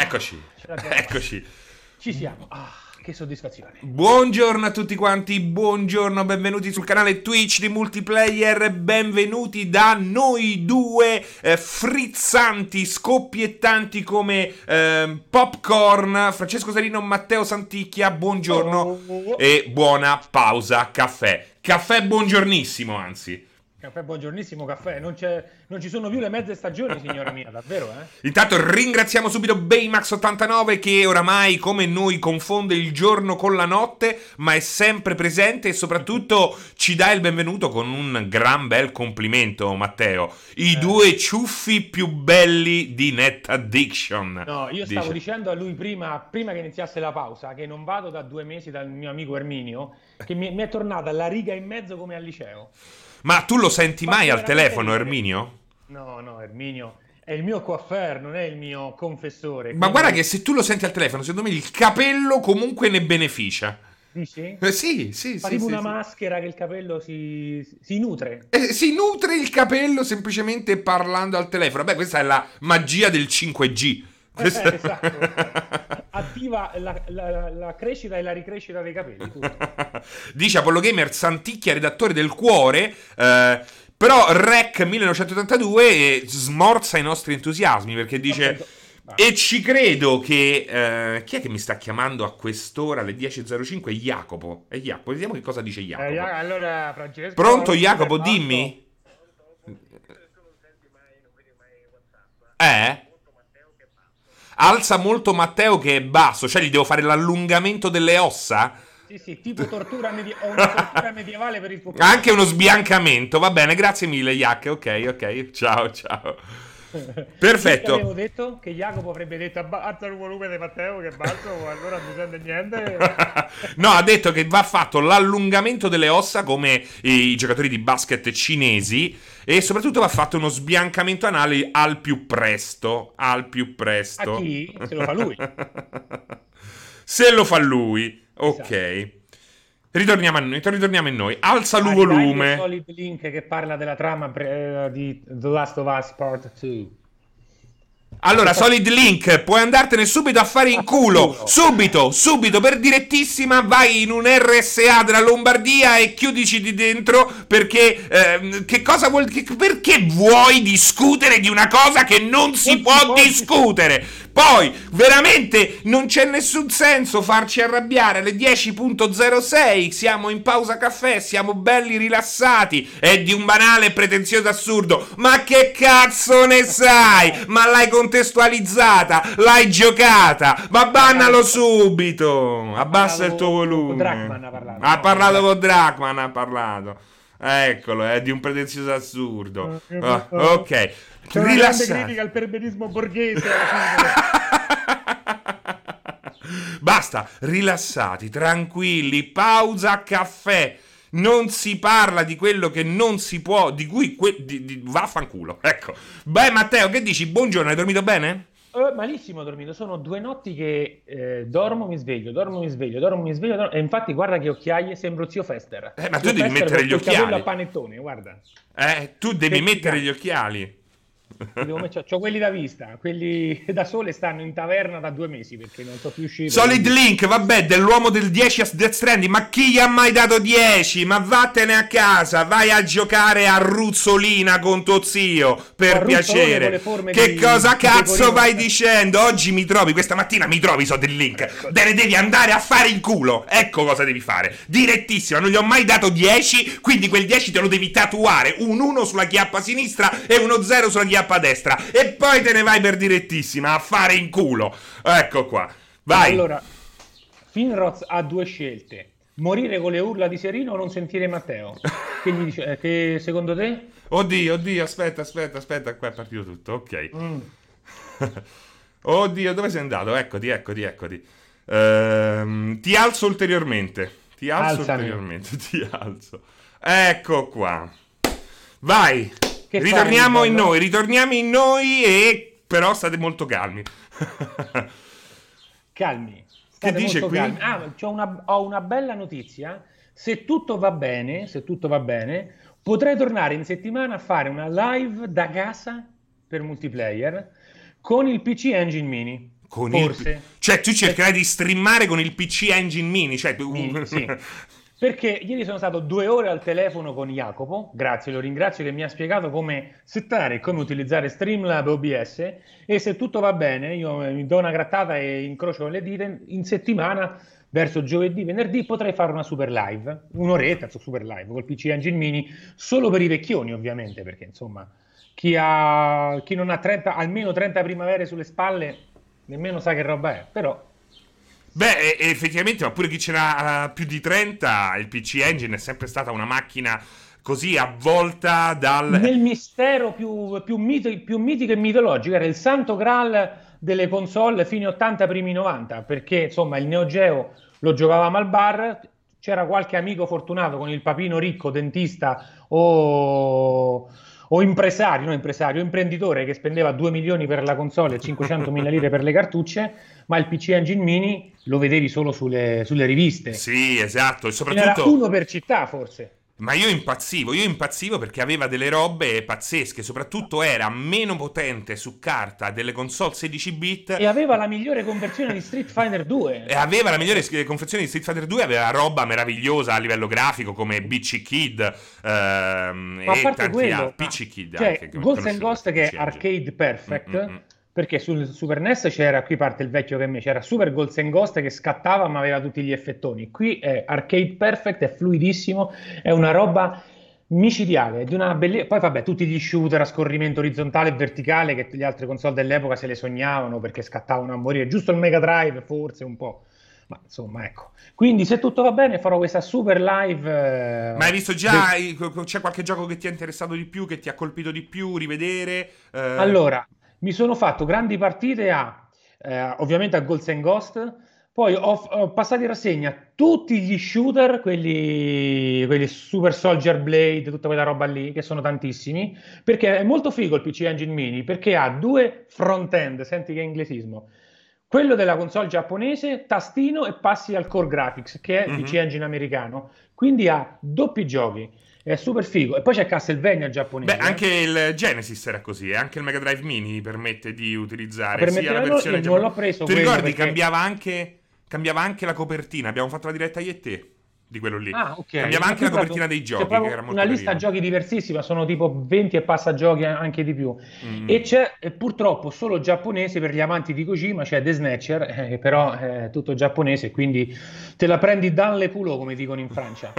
Eccoci, Ce l'abbiamo fatta. eccoci. Ci siamo. Che soddisfazione. Buongiorno a tutti quanti, buongiorno, benvenuti sul canale Twitch di Multiplayer, benvenuti da noi due frizzanti, scoppiettanti come popcorn, Francesco Sarino, Matteo Santicchia, buongiorno e buona pausa caffè. Caffè buongiornissimo, anzi. Caffè, buongiornissimo caffè. Non ci sono più le mezze stagioni, signora mia, davvero, eh? Intanto ringraziamo subito Baymax89 che oramai come noi confonde il giorno con la notte, ma è sempre presente e soprattutto ci dà il benvenuto con un gran bel complimento, Matteo. I due ciuffi più belli di Net Addiction. No, io stavo dicendo a lui prima che iniziasse la pausa che non vado da 2 mesi dal mio amico Erminio, che mi è tornata la riga in mezzo come al liceo. Ma tu lo senti mai al telefono, Erminio? No, Erminio è il mio coiffeur, non è il mio confessore. Ma quindi... guarda che se tu lo senti al telefono, secondo me il capello comunque ne beneficia. Dici? Sì. Fa tipo una maschera che il capello si nutre. Si nutre il capello semplicemente parlando al telefono. Beh, questa è la magia del 5G. Esatto. Attiva la crescita e la ricrescita dei capelli. Tutto. Dice Apollo Gamer Santicchia, redattore del Cuore. Però Rec 1982 smorza i nostri entusiasmi perché dice... E ci credo che... chi è che mi sta chiamando a quest'ora alle 10.05? Jacopo. È Jacopo. Vediamo che cosa dice Jacopo. Allora, Francesco... Pronto Jacopo, dimmi? Alza molto Matteo che è basso. Cioè gli devo fare l'allungamento delle ossa? Sì, tipo tortura o una tortura medievale per il tuo Anche uno sbiancamento. Va bene, grazie mille Jac. Ok. Ciao. Perfetto. Avevo detto che Jacopo avrebbe detto alza il volume di Matteo che è basso, allora non si sente niente. No, ha detto che va fatto l'allungamento delle ossa come i giocatori di basket cinesi e soprattutto va fatto uno sbiancamento anale al più presto. A chi? Se lo fa lui. Se lo fa lui. Ok. Esatto. Ritorniamo a noi. Alza il volume. Solid Link che parla della trama di The Last of Us Part 2. Allora, Solid Link, puoi andartene subito a fare in culo. Subito, per direttissima, vai in un RSA della Lombardia e chiudici di dentro perché che cosa perché vuoi discutere di una cosa che non si può discutere? Poi, veramente, non c'è nessun senso farci arrabbiare alle 10.06, siamo in pausa caffè, siamo belli rilassati, è di un banale e pretenzioso assurdo, ma che cazzo ne sai? Ma l'hai contestualizzata, l'hai giocata, ma bannalo subito, abbassa il tuo volume. Drachman ha parlato. Ha parlato con Drachman, Eccolo, è di un pretenzioso assurdo. Ok. C'è una grande critica al perbenismo borghese. Basta, rilassati, tranquilli, pausa caffè. Non si parla di quello che non si può, di cui vaffanculo. Ecco. Beh, Matteo, che dici? Buongiorno, hai dormito bene? Malissimo ho dormito, sono 2 notti che dormo, mi sveglio, e infatti guarda che occhiaie, sembro zio Fester. Ma tu devi mettere gli occhiali. A panettone, guarda. Tu devi mettere gli occhiali. C'ho quelli da vista, quelli da sole stanno in taverna da 2 mesi perché non so più uscire. Solid Link, vabbè, dell'uomo del 10 a Death Stranding, ma chi gli ha mai dato 10? Ma vattene a casa, vai a giocare a ruzzolina con tuo zio, per piacere. Che cosa cazzo vai dicendo? Oggi questa mattina mi trovi Solid Link, te ne devi andare a fare in culo, ecco cosa devi fare, direttissima, non gli ho mai dato 10, quindi quel 10 te lo devi tatuare, un 1 sulla chiappa sinistra e uno 0 sulla chiappa a destra e poi te ne vai per direttissima a fare in culo. Ecco qua, vai. Allora, Finroz ha 2 scelte: morire con le urla di Serino o non sentire Matteo. Che gli dice? Che secondo te? Oddio, aspetta, qua è partito tutto, ok. Oddio, dove sei andato? Eccoti. Ti alzo ulteriormente. Ti alzo. Ecco qua. Vai. Ritorniamo in noi e però state molto calmi. Che dice qui? Ho una bella notizia. Se tutto va bene, potrei tornare in settimana a fare una live da casa per multiplayer con il PC Engine Mini. Con forse. cioè, tu cercherai di streamare con il PC Engine Mini, cioè Sì. Perché ieri sono stato 2 ore al telefono con Jacopo, grazie, lo ringrazio che mi ha spiegato come settare e come utilizzare Streamlab OBS e se tutto va bene io mi do una grattata e incrocio le dita, in settimana, verso giovedì, venerdì, potrei fare una super live, un'oretta su super live col PC Engine Mini, solo per i vecchioni ovviamente, perché insomma chi non ha 30, almeno 30 primavere sulle spalle nemmeno sa che roba è, però... Beh, effettivamente, ma pure chi ce n'ha più di 30, il PC Engine è sempre stata una macchina così avvolta dal... Nel mistero più mitico e mitologico, era il santo graal delle console fine 80, primi 90, perché insomma il Neo Geo lo giocavamo al bar, c'era qualche amico fortunato con il papino ricco, dentista o impresario, no impresario, imprenditore che spendeva 2 milioni per la console e 500 mila lire per le cartucce, ma il PC Engine Mini lo vedevi solo sulle riviste. Sì, esatto, e Ce n'era soprattutto... uno per città forse. Ma io impazzivo perché aveva delle robe pazzesche, soprattutto era meno potente su carta delle console 16 bit E aveva la migliore conversione di Street Fighter 2. e aveva la migliore confezione di Street Fighter 2, aveva roba meravigliosa a livello grafico come BC Kid Ma a e parte tanti quello, altri, PC Kid cioè anche, Ghosts and conosciuto Ghost come che è PC Engine. arcade perfect, Mm. perché sul Super NES c'era, qui parte il vecchio che me, c'era Super Ghosts and Ghost che scattava ma aveva tutti gli effettoni. Qui è arcade perfect, è fluidissimo, è una roba micidiale, di una bellezza. Poi vabbè, tutti gli shooter a scorrimento orizzontale e verticale che le altre console dell'epoca se le sognavano perché scattavano a morire, giusto il Mega Drive forse un po'. Ma insomma, ecco. Quindi se tutto va bene farò questa super live. Ma hai visto già, c'è qualche gioco che ti è interessato di più, che ti ha colpito di più, rivedere? Allora, mi sono fatto grandi partite ovviamente a Ghosts and Ghost, poi ho passato in rassegna tutti gli shooter, quelli Super Soldier Blade, tutta quella roba lì, che sono tantissimi, perché è molto figo il PC Engine Mini, perché ha due front-end, senti che inglesismo, quello della console giapponese, tastino e passi al Core Graphics, che è il PC Mhm. Engine americano, quindi ha doppi giochi. È super figo. E poi c'è Castlevania Beh, giapponese. anche il Genesis era così, e anche il Mega Drive Mini permette di utilizzare Per sia la metterlo, versione io non l'ho giapponese. preso Ti quello ricordi? perché... Cambiava anche la copertina. Abbiamo fatto la diretta io e te di quello lì. Ah, ok. Cambiava Ma anche qui la proprio copertina dei c'è giochi, che proprio era molto una lista carino. giochi diversissima, sono tipo 20 e passa giochi anche di più. E Mm. c'è purtroppo solo giapponese per gli amanti di Kojima, c'è The Snatcher, però è tutto giapponese, quindi te la prendi dans le culo, come dicono in Francia.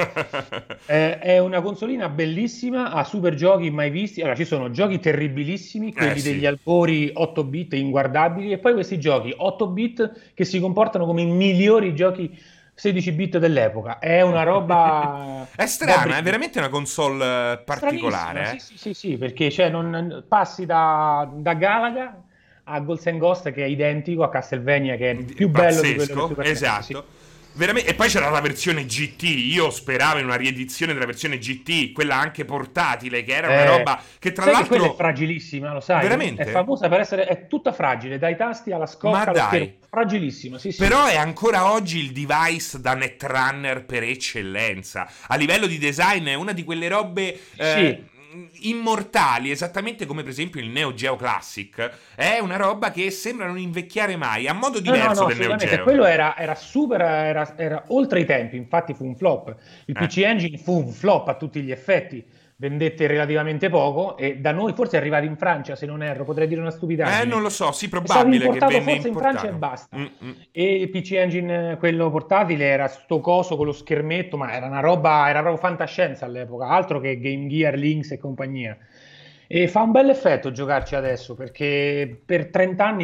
È una consolina bellissima, ha super giochi mai visti. Allora, ci sono giochi terribilissimi, quelli Sì. degli albori 8 bit inguardabili, e poi questi giochi 8 bit che si comportano come i migliori giochi 16 bit dell'epoca. È una roba È da strana, è brividi. veramente una console Stranissima, sì, particolare, sì, sì, sì, perché cioè, passi da Galaga a Ghosts and Ghost che è identico a Castlevania che è più bello di quello del Pazzesco, Super NES, sì. esatto. Veramente. E poi c'era la versione GT. Io speravo in una riedizione della versione GT, quella anche portatile, che era una roba che tra Sai che quella è l'altro. fragilissima, lo sai? È Veramente? famosa per essere, è tutta fragile, dai tasti alla Ma scocca, allo schermo, dai. fragilissima, sì, sì. Però è ancora oggi il device da netrunner per eccellenza. A livello di design è una di quelle robe Sì. immortali, esattamente come per esempio il Neo Geo Classic. È una roba che sembra non invecchiare mai, a modo No, no, diverso no, del Neo assolutamente. Geo. Quello era super, era oltre i tempi, infatti fu un flop. Il Eh. PC Engine fu un flop a tutti gli effetti, vendette relativamente poco e da noi forse è arrivato in Francia, se non erro, potrei dire una stupidaggine. Non lo so, sì, È stato probabile che importato venne forse in Francia e importato. basta. Mm. E il PC Engine, quello portatile, era sto coso con lo schermetto, ma era proprio fantascienza all'epoca, altro che Game Gear, Lynx e compagnia. E fa un bel effetto giocarci adesso perché per 30 anni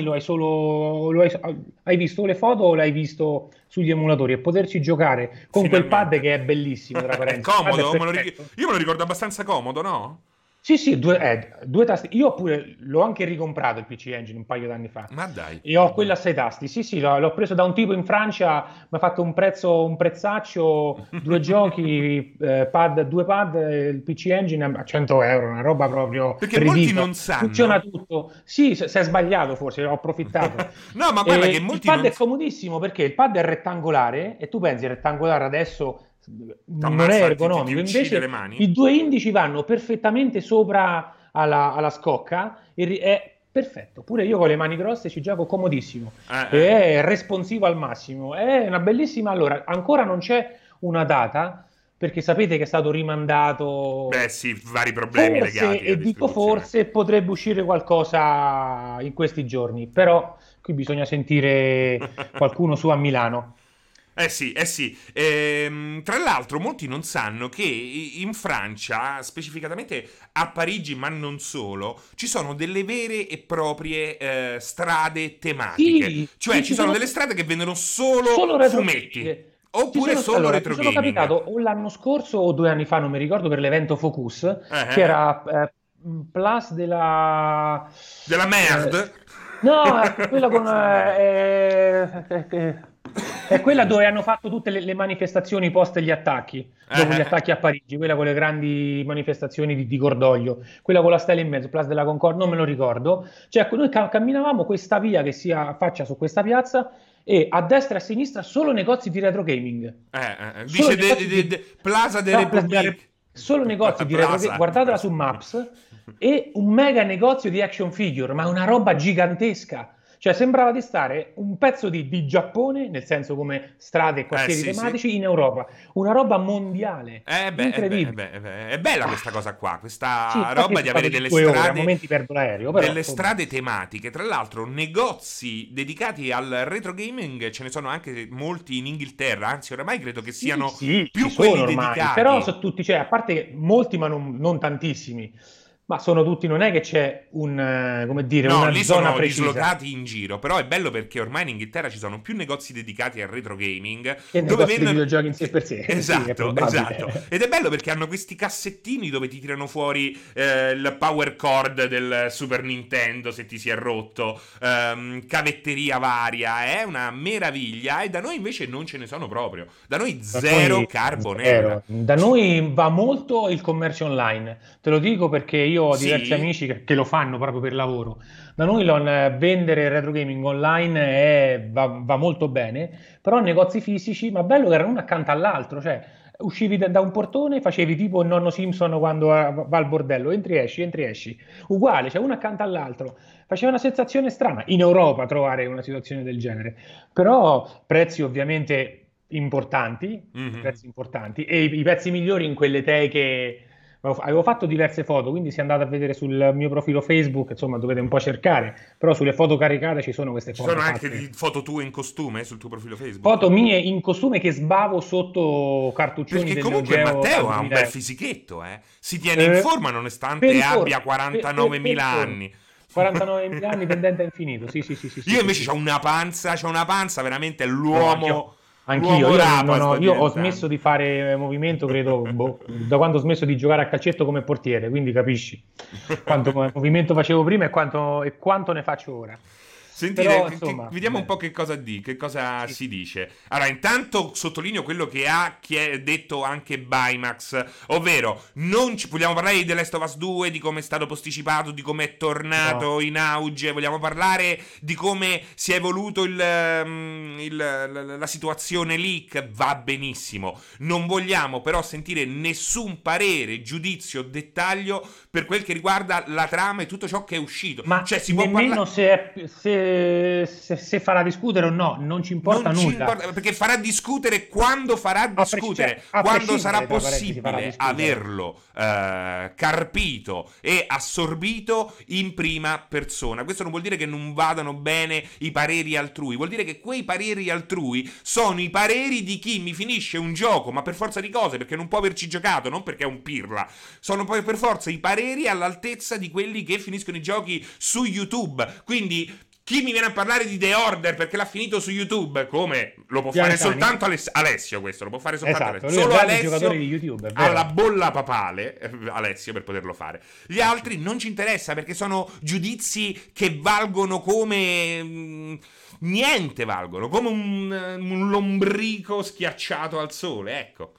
hai visto le foto o l'hai visto sugli emulatori e poterci giocare con quel pad Finalmente. che è bellissimo, tra È parentesi. Il pad è comodo? perfetto. Io me lo ricordo abbastanza comodo, no? Sì, sì, due tasti. Io pure l'ho anche ricomprato il PC Engine un paio d'anni fa Ma dai. e ho quella a 6 tasti. Sì, sì, l'ho preso da un tipo in Francia, mi ha fatto un prezzaccio, due giochi, due pad, il PC Engine a 100 euro, una roba proprio Perché molti ridicola. non Funziona sanno. tutto. Sì, si è sbagliato forse, ho approfittato. No, ma guarda che Il molti pad non è comodissimo perché il pad è rettangolare e tu pensi rettangolare adesso non è t'ammazza, ti ergonomico, uccide invece le mani? i due indici vanno perfettamente sopra alla scocca è perfetto. Pure io con le mani grosse ci gioco comodissimo. Eh. È responsivo al massimo. È una bellissima. Allora, ancora non c'è una data, perché sapete che è stato rimandato. Beh, sì, vari problemi Forse, legati alla e dico distribuzione. forse, potrebbe uscire qualcosa in questi giorni, però qui bisogna sentire qualcuno su a Milano. Eh sì, eh sì. Tra l'altro, molti non sanno che in Francia, specificatamente a Parigi, ma non solo, ci sono delle vere e proprie strade tematiche. Sì, Cioè, sì, ci ci sono sono delle strade che vendono solo solo retro fumetti. gaming. Oppure solo Allora, ci retro sono capitato gaming. o l'anno scorso o 2 anni fa, non mi ricordo, per l'evento Focus, che Eh. era Plus della. Della eh, merde. no, quella con. È quella dove hanno fatto tutte le manifestazioni post gli attacchi, dopo gli Eh. attacchi a Parigi, quella con le grandi manifestazioni di cordoglio, quella con la stella in mezzo, Place della Concorde, non me lo ricordo. Cioè, noi camminavamo questa via che si affaccia su questa piazza e a destra e a sinistra solo negozi di retro gaming. Solo Dice negozi di. Plaza de No, République. solo negozi di retro gaming. Plaza. Guardatela su Maps e un mega negozio di action figure, ma una roba gigantesca. Cioè, sembrava di stare un pezzo di Giappone, nel senso come strade e quartieri Sì, sì. tematici, in Europa. Una roba mondiale, Beh, incredibile. è bella questa cosa qua, Sì, questa infatti roba di sono stato avere lì delle 2 ore, a strade, momenti perdo l'aereo, però delle insomma. strade tematiche. Tra l'altro, negozi dedicati al retro gaming ce ne sono anche molti in Inghilterra, anzi, oramai credo che Sì, siano sì, ci più quelli sono ormai, però dedicati. sono tutti, cioè, a parte che molti, ma non tantissimi, ma sono tutti, non è che c'è come dire, No, una lì zona sono precisa. dislocati in giro, però è bello perché ormai in Inghilterra ci sono più negozi dedicati al retro gaming Che dove negozi di vendono. videogiochi in sé per sé. Sì, è Esatto, esatto. probabile. Ed è bello perché hanno questi cassettini dove ti tirano fuori il power cord del Super Nintendo se ti si è rotto, cavetteria varia, è una meraviglia. E da noi invece non ce ne sono proprio. Da noi Da zero noi carbonella. zero. Da noi va molto il commercio online. Te lo dico perché io ho diversi Sì? amici che lo fanno proprio per lavoro. Da noi vendere il retro gaming online va molto bene, però negozi fisici, ma bello che erano uno accanto all'altro, cioè uscivi da un portone, facevi tipo il nonno Simpson quando va al bordello, entri, esci, uguale, cioè uno accanto all'altro. Faceva una sensazione strana in Europa trovare una situazione del genere, però prezzi ovviamente importanti, Mhm. e i pezzi migliori in quelle teche. Avevo fatto diverse foto, quindi se andate a vedere sul mio profilo Facebook, insomma, dovete un po' cercare, però sulle foto caricate ci sono queste Ci sono foto anche fatte. foto tue in costume sul tuo profilo Facebook? Foto mie in costume che sbavo sotto cartuccioni Perché del Neo comunque Geo da Matteo ha un 2000 bel euro. fisichetto, eh. Si tiene in Eh, forma per nonostante i abbia forni, per 49.000 i forni. anni. 49.000 anni tendente a infinito. Sì, sì, sì, sì, sì, Io sì, invece sì. c'ho una panza veramente No, anch'io. l'uomo Io, rapa sto io ho smesso diventando. di fare movimento, credo, boh, da quando ho smesso di giocare a calcetto come portiere, quindi capisci quanto movimento facevo prima e quanto ne faccio ora. Sentite, Però, insomma, vediamo un po' che cosa sì, si dice. Allora, intanto sottolineo quello che ha detto anche Bymax, ovvero vogliamo parlare di The Last of Us 2, di come è stato posticipato, di come è no. tornato in auge, vogliamo parlare di come si è evoluto la situazione leak, va benissimo. Non vogliamo però sentire nessun parere, giudizio, dettaglio per quel che riguarda la trama e tutto ciò che è uscito. Ma Cioè, si può nemmeno parlare. se farà discutere o no, non ci importa Non ci nulla. importa perché farà discutere quando farà discutere, A quando sarà prescindere, tra parentesi, farà possibile discutere. averlo carpito e assorbito in prima persona. Questo non vuol dire che non vadano bene i pareri altrui, vuol dire che quei pareri altrui sono i pareri di chi mi finisce un gioco, ma per forza di cose, perché non può averci giocato, non perché è un pirla. Sono poi per forza i pareri all'altezza di quelli che finiscono i giochi su YouTube. Quindi chi mi viene a parlare di The Order perché l'ha finito su YouTube, come lo può fare Piancani. soltanto Alessio, questo lo può fare soltanto Esatto, Alessio. lui è un Solo grande giocatore Alessio di YouTube, è ha la vero. bolla papale, Alessio, per poterlo fare. Gli Sì. altri non ci interessa perché sono giudizi che valgono come niente valgono, come un lombrico schiacciato al sole, ecco.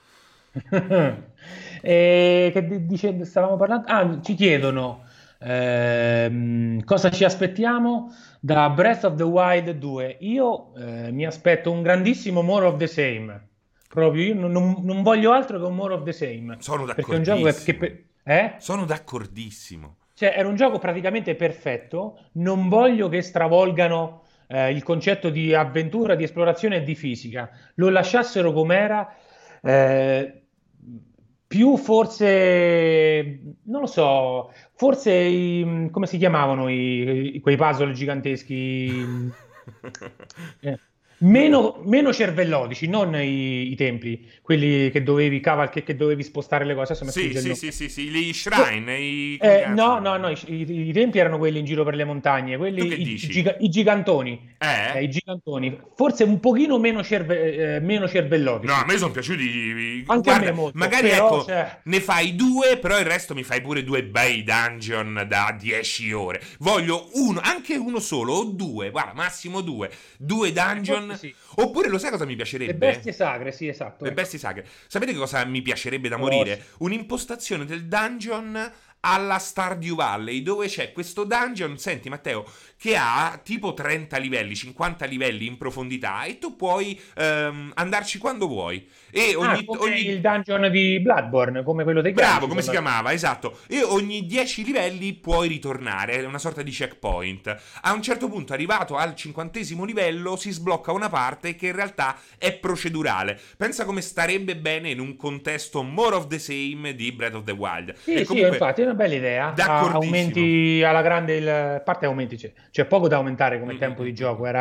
Stavamo parlando? Ah, ci chiedono cosa ci aspettiamo da Breath of the Wild 2. Io mi aspetto un grandissimo more of the same. Proprio io non voglio altro che un more of the same. Sono Perché è un gioco d'accordissimo. Eh? Sono d'accordissimo. Cioè, era un gioco praticamente perfetto. Non voglio che stravolgano il concetto di avventura, di esplorazione e di fisica. Lo lasciassero com'era. eh, Più forse, non lo so, forse come si chiamavano quei puzzle giganteschi? Eh, meno cervellotici, non i templi, quelli che dovevi che dovevi spostare le cose. Adesso mi Sì, sfugge il sì, nome. sì, sì, sì, gli shrine, come cazzo No, si no, chiamano? no, i templi erano quelli in giro per le montagne, Tu quelli, che dici? i gigantoni, Eh? i gigantoni, forse un pochino meno No, a cervellotici. me sono piaciuti. Anche a me Guarda, molto, magari però, ecco, cioè, ne fai due, però il resto mi fai pure due bei dungeon da 10 ore. Voglio uno, anche uno solo, o due, guarda, massimo due. Due forse dungeon. sì. Oppure lo sai cosa mi Le piacerebbe? bestie sacre, sì, esatto, Le ecco. bestie sacre. Sapete che cosa mi piacerebbe da morire? Colossi. Un'impostazione del dungeon alla Stardew Valley, dove c'è questo dungeon, senti Matteo, che ha tipo 30 livelli, 50 livelli in profondità e tu puoi andarci quando vuoi. E Ah, come il dungeon di Bloodborne, come quello dei Bravo, Gallici, come si fondamentalmente. chiamava? Esatto. E ogni 10 livelli puoi ritornare, è una sorta di checkpoint. A un certo punto, arrivato al 50° livello, si sblocca una parte che in realtà è procedurale. Pensa come starebbe bene in un contesto more of the same di Breath of the Wild. E Sì, sì, comunque, infatti è una bella idea. d'accordissimo. Aumenti alla grande a parte aumenti, c'è poco da aumentare come Mm, mm, tempo mm, di mm, gioco, mm. era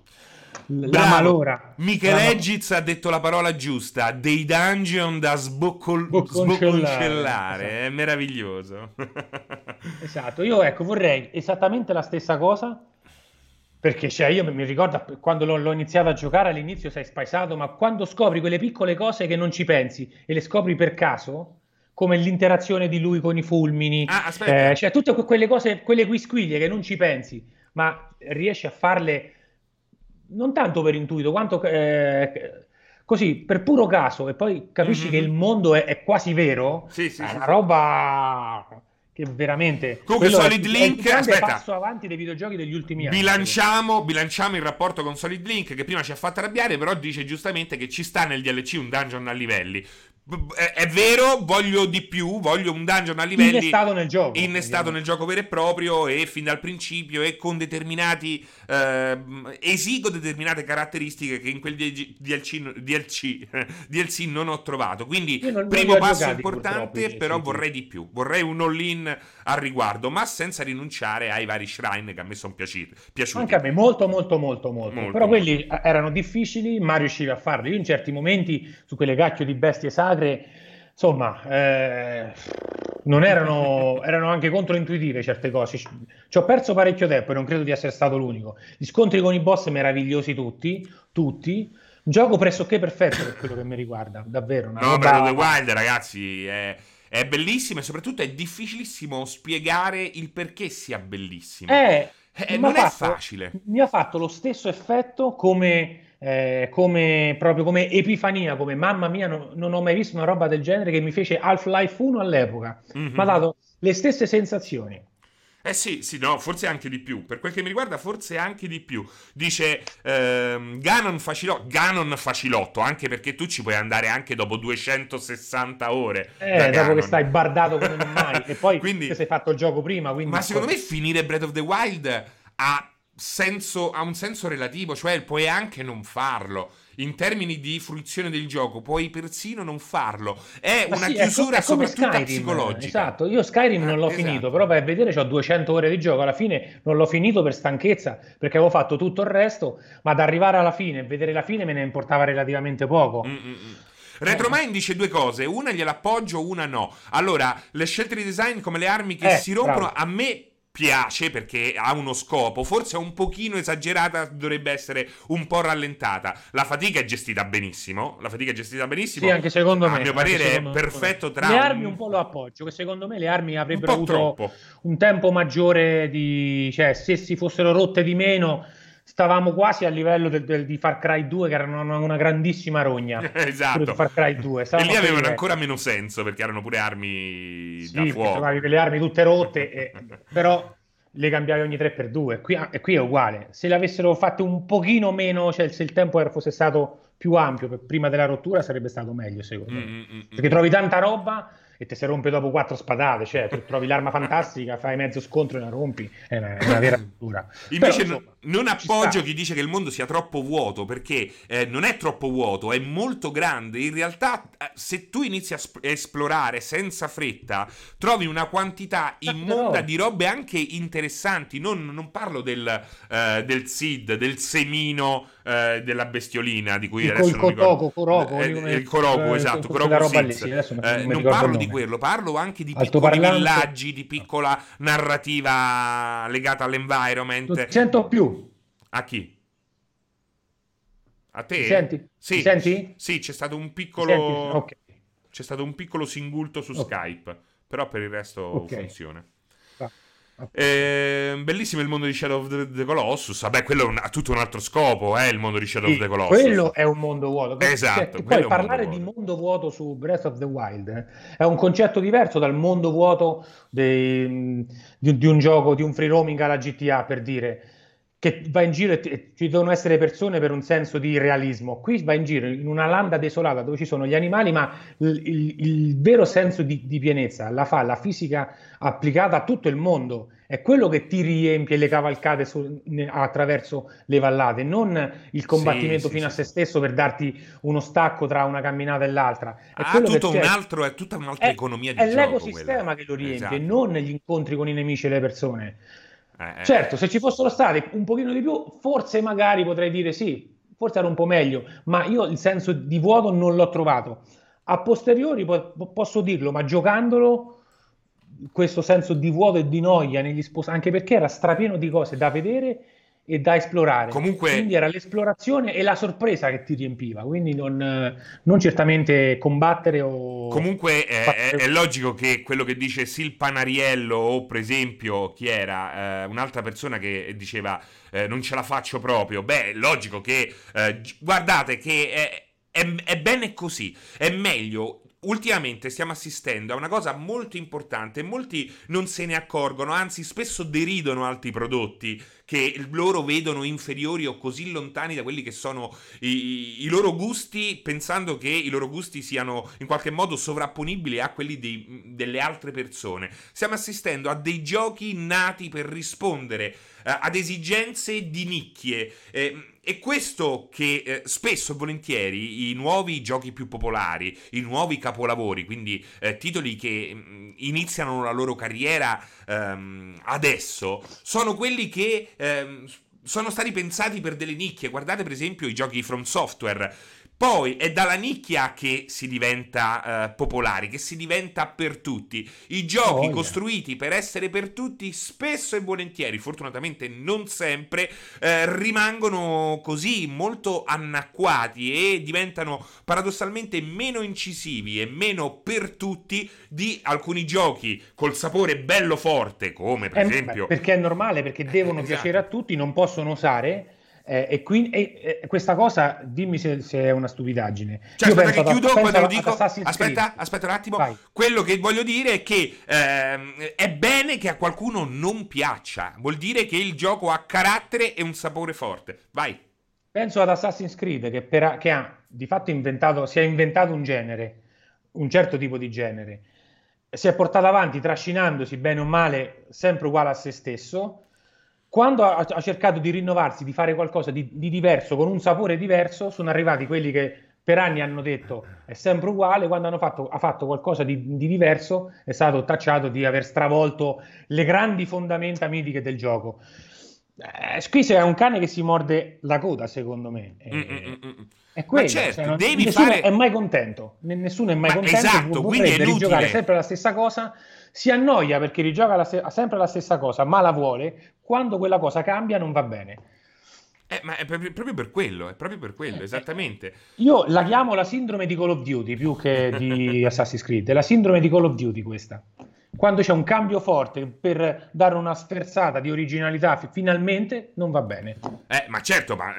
la Bravo. malora. La Micheleggiz ha detto la parola giusta, dei dungeon da bocconcellare, sbocconcellare, è esatto. meraviglioso. Esatto, io ecco vorrei esattamente la stessa cosa, perché cioè, io mi ricordo quando l'ho iniziato a giocare all'inizio sei spaesato, ma quando scopri quelle piccole cose che non ci pensi e le scopri per caso, come l'interazione di lui con i fulmini, Ah, aspetta. cioè tutte quelle cose, quelle quisquiglie che non ci pensi, ma riesci a farle non tanto per intuito, quanto così per puro caso, e poi capisci che il Mhm. mondo è quasi vero, Sì, sì, è sì, una sì. roba che veramente Comunque quello Solid è il più Link, grande aspetta, passo avanti dei videogiochi degli ultimi anni, secondo bilanciamo il rapporto con Solid Link che prima ci ha fatto arrabbiare, però dice giustamente che ci sta nel DLC un dungeon a livelli. È vero, voglio di più, voglio un dungeon a me. livelli Innestato nel gioco, innestato nel ovviamente. gioco vero e proprio e fin dal principio e con determinati esigo determinate caratteristiche che in quel DLC non ho trovato. Quindi Io non li primo ho passo giocati purtroppo i importante, però DLC. vorrei di più. Vorrei un all-in al riguardo, ma senza rinunciare ai vari shrine che a me sono Anche a piaciuti. me, molto, molto, molto, molto. Molto, Però molto. quelli erano difficili, ma riuscivi a farli. Io in certi momenti, su quelle cacchio di bestie sacre, insomma, non erano anche controintuitive certe cose. Ci ho perso parecchio tempo e non credo di essere stato l'unico. Gli scontri con i boss meravigliosi tutti, tutti. Gioco pressoché perfetto per quello che mi riguarda, davvero, una No, Breath of the roba. Wild, ragazzi, è bellissimo e soprattutto è difficilissimo spiegare il perché sia bellissimo. Non è facile. Mi ha fatto lo stesso effetto proprio come epifania, come mamma mia, non ho mai visto una roba del genere che mi fece Half-Life 1 all'epoca. Mi ha Mhm. dato le stesse sensazioni. Eh sì, sì, no, forse anche di più. Per quel che mi riguarda, forse anche di più. Dice Ganon facilotto, anche perché tu ci puoi andare anche dopo 260 ore da Dopo che Ganon. stai bardato come non mai, e poi ti Quindi, sei fatto il gioco prima, ma quindi secondo me finire Breath of the Wild ha un senso relativo, cioè puoi anche non farlo. In termini di fruizione del gioco, puoi persino non farlo. È Ma una sì, chiusura è come soprattutto Skyrim, psicologica. esatto. Io Skyrim non l'ho finito, Esatto. però vai a vedere ho 200 ore di gioco. Alla fine non l'ho finito per stanchezza, perché avevo fatto tutto il resto, ma ad arrivare alla fine e vedere la fine me ne importava relativamente poco. Mm. Eh, Retromind dice due cose, una gliel'appoggio, una no. Allora, le scelte di design come le armi che si rompono bravo. a me piace perché ha uno scopo, forse è un pochino esagerata, dovrebbe essere un po' rallentata. La fatica è gestita benissimo, Sì, anche secondo a me, mio anche parere è secondo me. perfetto Le tra armi un po' lo appoggio, che secondo me le armi un avrebbero po' avuto troppo. un tempo maggiore cioè se si fossero rotte di meno, stavamo quasi a livello di Far Cry 2, che era una grandissima rogna, pure di Esatto. Far Cry 2, E stavamo lì a quei avevano livelli. ancora meno senso perché erano pure armi da Sì, perché trovavi fuoco. quelle armi tutte rotte, però le cambiavi ogni 3x2. Qui è uguale. Se le avessero fatte un pochino meno, cioè se il tempo fosse stato più ampio prima della rottura, sarebbe stato meglio, secondo me. Perché Mm. trovi tanta roba e te si rompe dopo 4 spadate, cioè tu trovi l'arma fantastica, fai mezzo scontro e la rompi, è una vera avventura. Invece Però, insomma, non ci sta. appoggio chi dice che il mondo sia troppo vuoto, perché non è troppo vuoto, è molto grande. In realtà, se tu inizi a esplorare senza fretta, trovi una quantità immonda di robe anche interessanti. Non parlo del Cid, del semino, della bestiolina di cui adesso non ricordo. Il Koroku, esatto, Koroku Sith. Non parlo di quello, parlo anche di piccoli villaggi, di piccola narrativa legata all'environment. 100 più. A chi? A te? Mi senti? Sì, Mi senti? sì, c'è stato un piccolo Senti? Ok. c'è stato un piccolo singulto su Skype, però per il resto funziona. Bellissimo il mondo di Shadow of the Colossus. Vabbè, quello ha tutto un altro scopo, il mondo di Shadow of the Colossus. Quello è un mondo vuoto. Esatto. Poi parlare di mondo vuoto su Breath of the Wild è un concetto diverso dal mondo vuoto di un gioco, di un free roaming alla GTA, per dire, che va in giro e ci devono essere persone per un senso di realismo. Qui va in giro in una landa desolata dove ci sono gli animali, ma il vero senso di pienezza la fa la fisica applicata a tutto il mondo. È quello che ti riempie le cavalcate attraverso le vallate, non il combattimento fino a se stesso per darti uno stacco tra una camminata e l'altra. È tutta un'altra economia di gioco. È l'ecosistema che lo riempie, non gli incontri con i nemici e le persone. Certo, se ci fossero stati un pochino di più, forse magari potrei dire sì, forse era un po' meglio, ma io il senso di vuoto non l'ho trovato. A posteriori posso dirlo, ma giocandolo, questo senso di vuoto e di noia negli anche perché era strapieno di cose da vedere e da esplorare. Comunque, quindi era l'esplorazione e la sorpresa che ti riempiva, quindi non certamente combattere o... Comunque è logico che quello che dice Sil Panariello o per esempio chi era un'altra persona che diceva non ce la faccio proprio, beh è logico che guardate che è bene così, è meglio. Ultimamente stiamo assistendo a una cosa molto importante, molti non se ne accorgono, anzi spesso deridono altri prodotti che loro vedono inferiori o così lontani da quelli che sono i loro gusti, pensando che i loro gusti siano in qualche modo sovrapponibili a quelli delle altre persone. Stiamo assistendo a dei giochi nati per rispondere ad esigenze di nicchie. E questo che spesso e volentieri i nuovi giochi più popolari, i nuovi capolavori, quindi titoli che iniziano la loro carriera adesso, sono quelli che sono stati pensati per delle nicchie. Guardate per esempio i giochi From Software. Poi è dalla nicchia che si diventa popolari, che si diventa per tutti. I giochi costruiti per essere per tutti spesso e volentieri, fortunatamente non sempre, rimangono così molto annacquati e diventano paradossalmente meno incisivi e meno per tutti di alcuni giochi col sapore bello forte, come per esempio... Perché è normale, perché devono piacere a tutti, non possono osare... E quindi questa cosa, dimmi se è una stupidaggine. Cioè, aspetta che chiudo, poi te lo dico. Aspetta un attimo. Vai. Quello che voglio dire è che è bene che a qualcuno non piaccia. Vuol dire che il gioco ha carattere e un sapore forte. Vai. Penso ad Assassin's Creed che ha di fatto si è inventato un genere, un certo tipo di genere. Si è portato avanti trascinandosi bene o male sempre uguale a se stesso. Quando ha cercato di rinnovarsi, di fare qualcosa di diverso, con un sapore diverso, sono arrivati quelli che per anni hanno detto è sempre uguale. Quando ha fatto qualcosa di diverso, è stato tacciato di aver stravolto le grandi fondamenta mitiche del gioco. Qui c'è un cane che si morde la coda, secondo me. È quello. Ma certo, nessuno è mai contento. Nessuno è mai contento. Esatto, quindi è rigiocare sempre la stessa cosa. Si annoia perché rigioca sempre la stessa cosa, ma la vuole. Quando quella cosa cambia non va bene. Ma è proprio per quello, esattamente. Io la chiamo la sindrome di Call of Duty più che di Assassin's Creed. È la sindrome di Call of Duty questa. quando c'è un cambio forte per dare una sferzata di originalità, finalmente non va bene. Ma certo, ma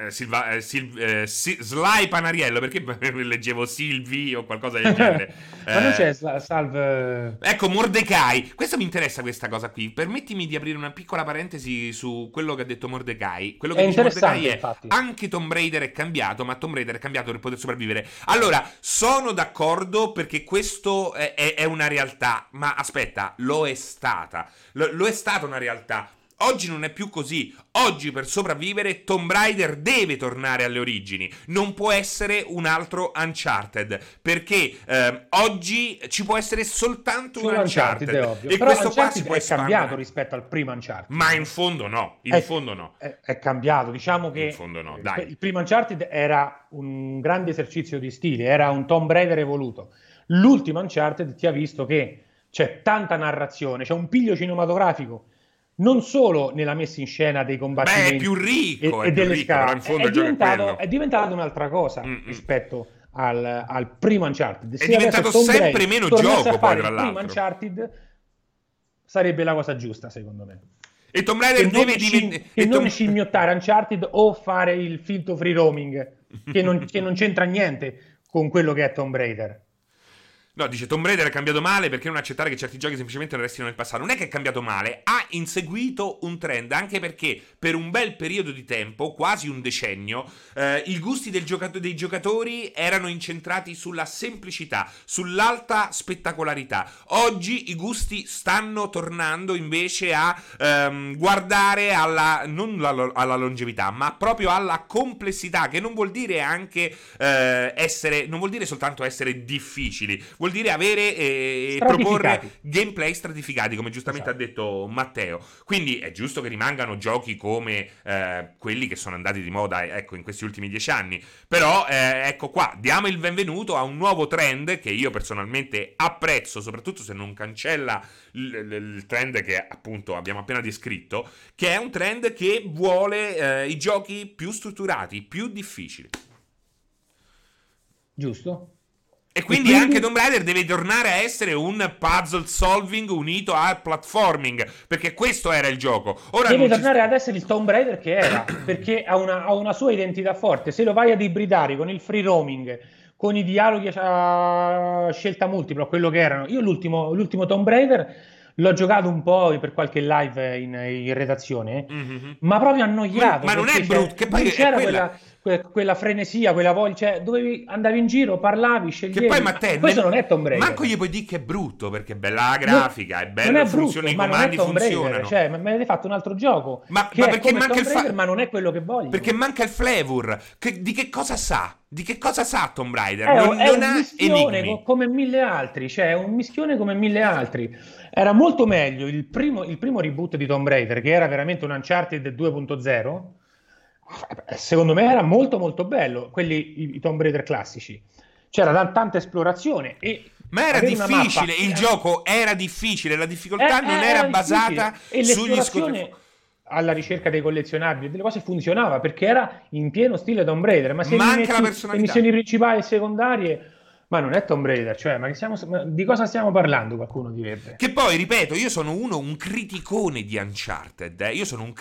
Sly Panariello, perché leggevo Silvi o qualcosa del genere? Ma non c'è salve... Ecco, Mordecai. Questo mi interessa, questa cosa qui. Permettimi di aprire una piccola parentesi su quello che ha detto Mordecai. Quello che dice Mordecai è: infatti. anche Tomb Raider è cambiato, ma Tomb Raider è cambiato per poter sopravvivere. Allora, sono d'accordo perché questo è una realtà, ma aspetta, lo è stata. Lo è stata una realtà. Oggi non è più così. Oggi per sopravvivere Tomb Raider deve tornare alle origini. Non può essere un altro Uncharted, perché oggi ci può essere soltanto un Uncharted. È ovvio. E però questo Uncharted qua si può è espandere. cambiato rispetto al primo Uncharted. Ma in fondo no. In fondo no. È cambiato. Diciamo che In fondo no, dai. Il primo Uncharted era un grande esercizio di stile, era un Tomb Raider evoluto. L'ultimo Uncharted ti ha visto che c'è tanta narrazione, c'è un piglio cinematografico. Non solo nella messa in scena dei combattimenti, è più ricco, e delle ricco, però in fondo è diventato un'altra cosa rispetto al primo Uncharted. È diventato sempre meno gioco, poi tra l'altro. Il primo Uncharted sarebbe la cosa giusta, secondo me. E Tomb Raider deve diventare... non scimmiottare Uncharted o fare il finto free roaming, che non c'entra niente con quello che è Tomb Raider. No, dice Tomb Raider è cambiato male perché non accettare che certi giochi semplicemente non restino nel passato. Non è che è cambiato male, ha inseguito un trend, anche perché per un bel periodo di tempo, quasi un decennio, i gusti dei giocatori erano incentrati sulla semplicità, sull'alta spettacolarità. Oggi i gusti stanno tornando invece a guardare non alla longevità, ma proprio alla complessità, che non vuol dire anche non vuol dire soltanto essere difficili, vuol dire avere e proporre gameplay stratificati, come giustamente ha detto Matteo. Quindi è giusto che rimangano giochi come quelli che sono andati di moda, ecco, in questi ultimi 10 anni. Però ecco qua, diamo il benvenuto a un nuovo trend che io personalmente apprezzo, soprattutto se non cancella il trend che appunto abbiamo appena descritto, che è un trend che vuole i giochi più strutturati, più difficili. Giusto? E quindi anche Tomb Raider deve tornare a essere un puzzle solving unito al platforming, perché questo era il gioco. Ora deve tornare ad essere il Tomb Raider che era, perché ha una sua identità forte. Se lo vai ad ibridare con il free roaming, con i dialoghi a scelta multipla, quello che erano. Io l'ultimo Tomb Raider l'ho giocato un po' per qualche live in redazione, ma proprio annoiato. Ma non è brutto, che poi c'era quella frenesia, quella voglia, cioè andavi in giro, parlavi, sceglievi. Che poi Matteo, questo non è Tomb Raider. Manco gli puoi dire che è brutto, perché è bella la grafica, è bello, funziona, i comandi funzionano. Cioè, mi avete fatto un altro gioco ma perché manca Tomb Raider, ma non è quello che voglio. Perché manca il flavor. Di che cosa sa? Di che cosa sa Tomb Raider? Non ha un mischione come mille altri, cioè un mischione come mille altri. Era molto meglio il primo reboot di Tomb Raider, che era veramente un Uncharted 2.0. Secondo me era molto molto bello, i Tomb Raider classici. C'era tanta esplorazione ma era difficile, il gioco era difficile, la difficoltà non era basata sugli scontri alla ricerca dei collezionabili, delle cose funzionava perché era in pieno stile Tomb Raider, ma se manca la personalità. Le missioni principali e secondarie, ma non è Tomb Raider, cioè, ma di cosa stiamo parlando, qualcuno direbbe. Che poi, ripeto, io sono un criticone di Uncharted,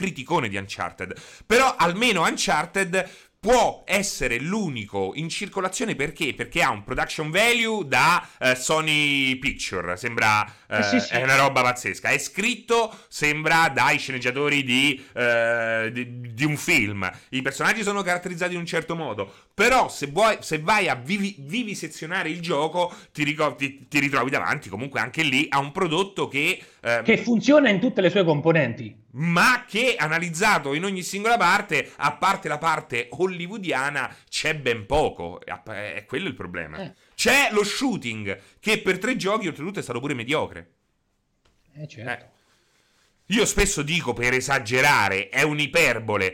però almeno Uncharted può essere l'unico in circolazione, perché ha un production value da Sony Picture, sembra sì. è una roba pazzesca, è scritto, sembra dai sceneggiatori di un film, i personaggi sono caratterizzati in un certo modo, però se vai a vivisezionare il gioco ti ritrovi davanti comunque anche lì a un prodotto che funziona in tutte le sue componenti, ma che analizzato in ogni singola parte, a parte la parte hollywoodiana, c'è ben poco. È quello il problema. C'è lo shooting, che per 3 giochi oltretutto è stato pure mediocre. Certo. Io spesso dico, per esagerare, è un'iperbole,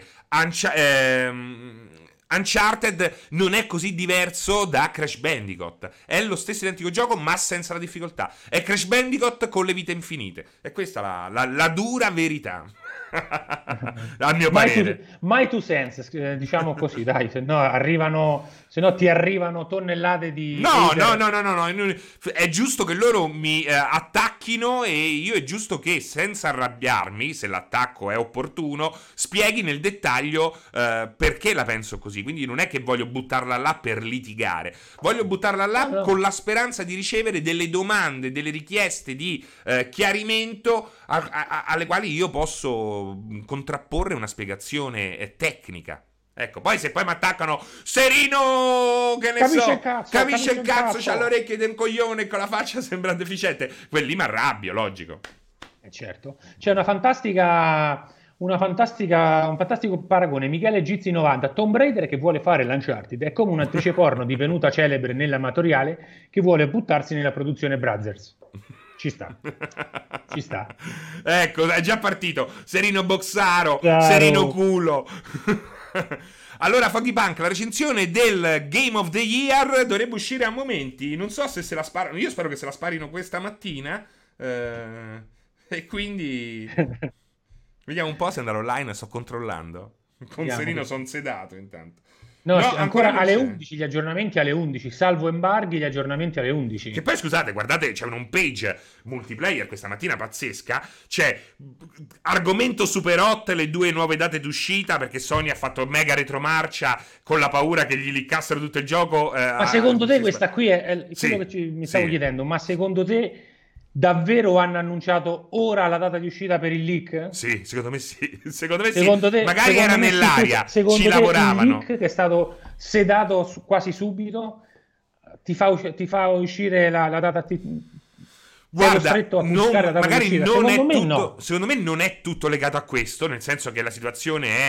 Uncharted non è così diverso da Crash Bandicoot. È lo stesso identico gioco, ma senza la difficoltà. È Crash Bandicoot con le vite infinite. E questa è la dura verità. A mio parere. My two cents, diciamo così, dai, se no ti arrivano tonnellate di... No. È giusto che loro mi attacchino attacchino, e io è giusto che, senza arrabbiarmi, se l'attacco è opportuno, spieghi nel dettaglio perché la penso così. Quindi non è che voglio buttarla là per litigare, voglio buttarla là con la speranza di ricevere delle domande, delle richieste di chiarimento alle quali io posso contrapporre una spiegazione tecnica. Ecco, poi se poi mi attaccano Serino, che ne Capisce so, il cazzo, capisce il cazzo, cazzo. c'ha le orecchie del coglione e con la faccia sembra deficiente, quelli mi arrabbio, logico. Certo, c'è un fantastico paragone. Michele Gizzi 90, Tomb Raider che vuole fare l'Uncharted è come un'attrice porno divenuta celebre nell'amatoriale che vuole buttarsi nella produzione Brothers. Ci sta. Ecco, è già partito. Serino Boxaro, Chiaro. Serino culo. Allora, Foggy Punk, la recensione del Game of the Year dovrebbe uscire a momenti. Non so se la sparano. Io spero che se la sparino questa mattina. E quindi vediamo un po' se andare online. Sto controllando. Con Serino sono sedato intanto. No, ancora non alle c'è. 11, gli aggiornamenti alle 11, salvo embarghi, gli aggiornamenti alle 11. Che poi scusate, guardate, c'è un page multiplayer questa mattina pazzesca. C'è argomento super hot, le 2 nuove date d'uscita, perché Sony ha fatto mega retromarcia con la paura che gli liccassero tutto il gioco. Ma secondo te questa qui è Sì, quello che mi stavo sì. chiedendo, ma secondo te davvero hanno annunciato ora la data di uscita per il leak? Sì, secondo me sì. Secondo me Secondo sì. te, Magari secondo era me nell'aria, secondo ci te lavoravano. il leak che è stato sedato quasi subito ti fa uscire la data Guarda, costretto a pubblicare la data magari d'uscita? non è Secondo me tutto, no. secondo me non è tutto legato a questo, nel senso che la situazione è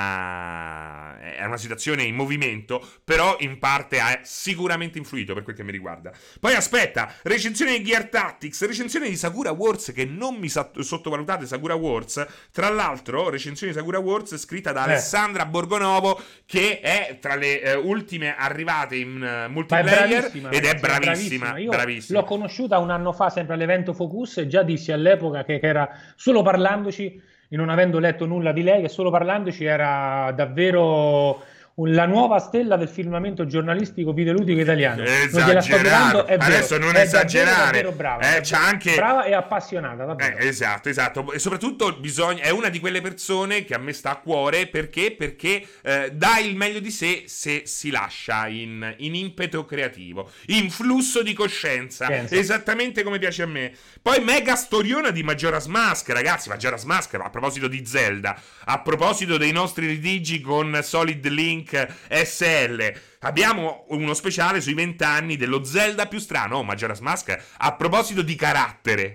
una situazione in movimento, però in parte ha sicuramente influito per quel che mi riguarda. Poi aspetta, recensione di Gear Tactics, recensione di Sakura Wars, che non mi sottovalutate Sakura Wars, tra l'altro recensione di Sakura Wars scritta da Alessandra Borgonovo, che è tra le ultime arrivate in multiplayer ed è bravissima. Io bravissima. l'ho conosciuta un anno fa sempre all'evento Focus e già dissi all'epoca che era solo parlandoci e non avendo letto nulla di lei, che solo parlandoci era davvero la nuova stella del firmamento giornalistico videoludico italiano. Non gliela sto dando, è vero, adesso non è esagerare, davvero brava, c'ha anche brava e appassionata, davvero. Esatto, e soprattutto è una di quelle persone che a me sta a cuore perché dà il meglio di sé se si lascia in impeto creativo, in flusso di coscienza, esattamente come piace a me. Poi mega storiona di Majora's Mask, ragazzi. Majora's Mask, a proposito di Zelda, a proposito dei nostri litigi con Solid Link SL, abbiamo uno speciale sui 20 anni dello Zelda più strano, Majora's Mask, a proposito di carattere.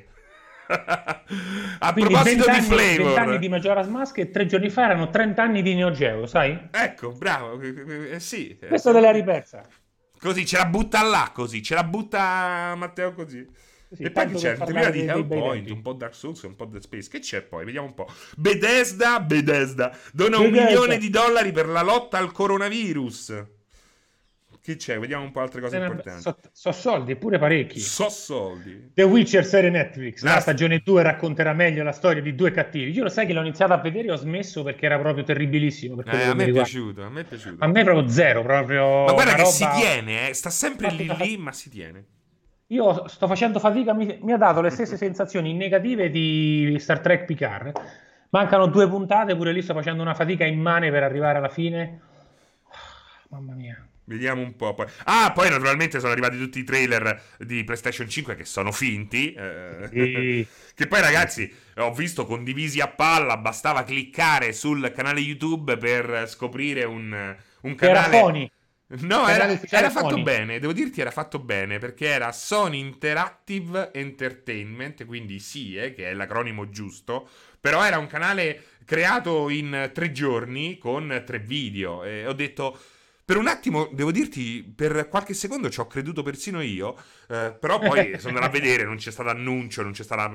A quindi proposito di 20 flavor, 20 anni di Majora's Mask e 3 giorni fa erano 30 anni di Neo Geo, sai? ecco, bravo, sì. Questo te l'hai ripersa. Così, ce la butta là, così, ce la butta Matteo così. Sì, E poi tanto c'è per prima parlare di dei bei Hellpoint, tempi. un po' Dark Souls e un po' Dead Space. Che c'è poi? Vediamo un po'. Bethesda dona $1 milione per la lotta al coronavirus. Che c'è? Vediamo un po' altre cose importanti. So soldi, eppure parecchi. So soldi. The Witcher serie Netflix, La la stagione 2 racconterà meglio la storia di 2 cattivi. Io lo sai che l'ho iniziato a vedere e ho smesso perché era proprio terribilissimo. Per quello che A me mi è riguarda. piaciuto, a me è piaciuto. A me proprio zero, proprio. Ma guarda una che roba... si tiene, sta sempre lì, ma si tiene. Io sto facendo fatica, mi ha dato le stesse sensazioni negative di Star Trek Picard. Mancano 2 puntate, pure lì sto facendo una fatica immane per arrivare alla fine. Mamma mia. Vediamo un po' poi. Poi naturalmente sono arrivati tutti i trailer di PlayStation 5 che sono finti. Sì. Che poi ragazzi, ho visto condivisi a palla, bastava cliccare sul canale YouTube per scoprire un canale. Era Sony. No, era fatto Sony. bene, devo dirti era fatto bene, perché era Sony Interactive Entertainment, quindi SIE, che è l'acronimo giusto, però era un canale creato in 3 giorni con 3 video, e ho detto... Per un attimo, devo dirti, per qualche secondo ci ho creduto persino io, però poi sono andato a vedere, non c'è stato annuncio, non c'è stata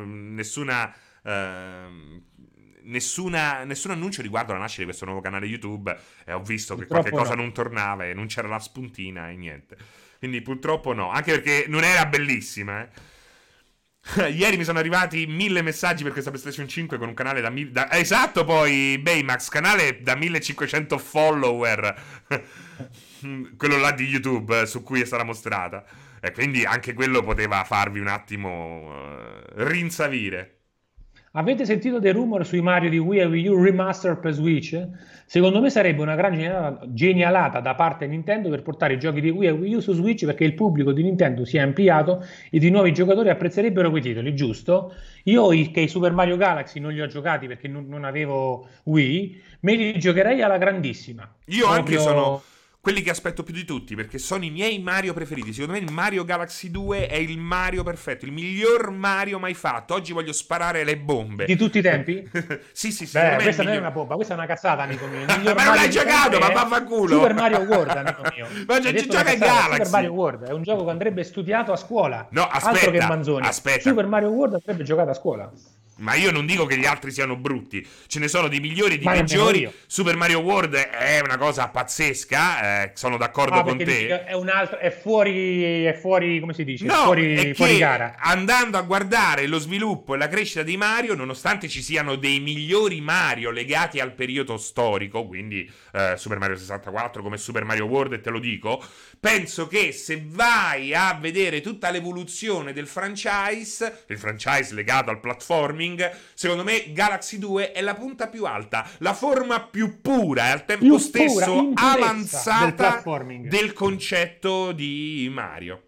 nessun annuncio riguardo alla nascita di questo nuovo canale YouTube, e ho visto che qualche cosa non tornava e non c'era la spuntina e niente. Quindi purtroppo no, anche perché non era bellissima, Ieri mi sono arrivati 1000 messaggi per questa PlayStation 5 con un canale esatto, poi Baymax, canale da 1500 follower. Quello là di YouTube su cui è stata mostrata. E quindi anche quello poteva farvi un attimo rinsavire. Avete sentito dei rumor sui Mario di Wii e Wii U Remaster per Switch? Secondo me sarebbe una gran genialata da parte di Nintendo per portare i giochi di Wii e Wii U su Switch, perché il pubblico di Nintendo si è ampliato ed i nuovi giocatori apprezzerebbero quei titoli, giusto? Io che i Super Mario Galaxy non li ho giocati perché non avevo Wii, me li giocherei alla grandissima. Io anche sono quelli che aspetto più di tutti, perché sono i miei Mario preferiti. Secondo me il Mario Galaxy 2 è il Mario perfetto, il miglior Mario mai fatto. Oggi voglio sparare le bombe. Di tutti i tempi? Sì. Beh, questa non è una bomba, questa è una cazzata, amico mio. Ma non l'hai giocato, ma vaffanculo. Super Mario World, amico mio. Ma ci gioca in Galaxy. Super Mario World è un gioco che andrebbe studiato a scuola. No, altro che Manzoni. Super Mario World andrebbe giocato a scuola. Ma io non dico che gli altri siano brutti, ce ne sono di migliori e di peggiori. Super Mario World è una cosa pazzesca, sono d'accordo con te. È un altro, è fuori, come si dice? No, fuori gara. Andando a guardare lo sviluppo e la crescita di Mario, nonostante ci siano dei migliori Mario legati al periodo storico, quindi Super Mario 64 come Super Mario World, e te lo dico, penso che se vai a vedere tutta l'evoluzione del franchise, il franchise legato al platforming, secondo me Galaxy 2 è la punta più alta, la forma più pura e al tempo stesso avanzata del concetto di Mario.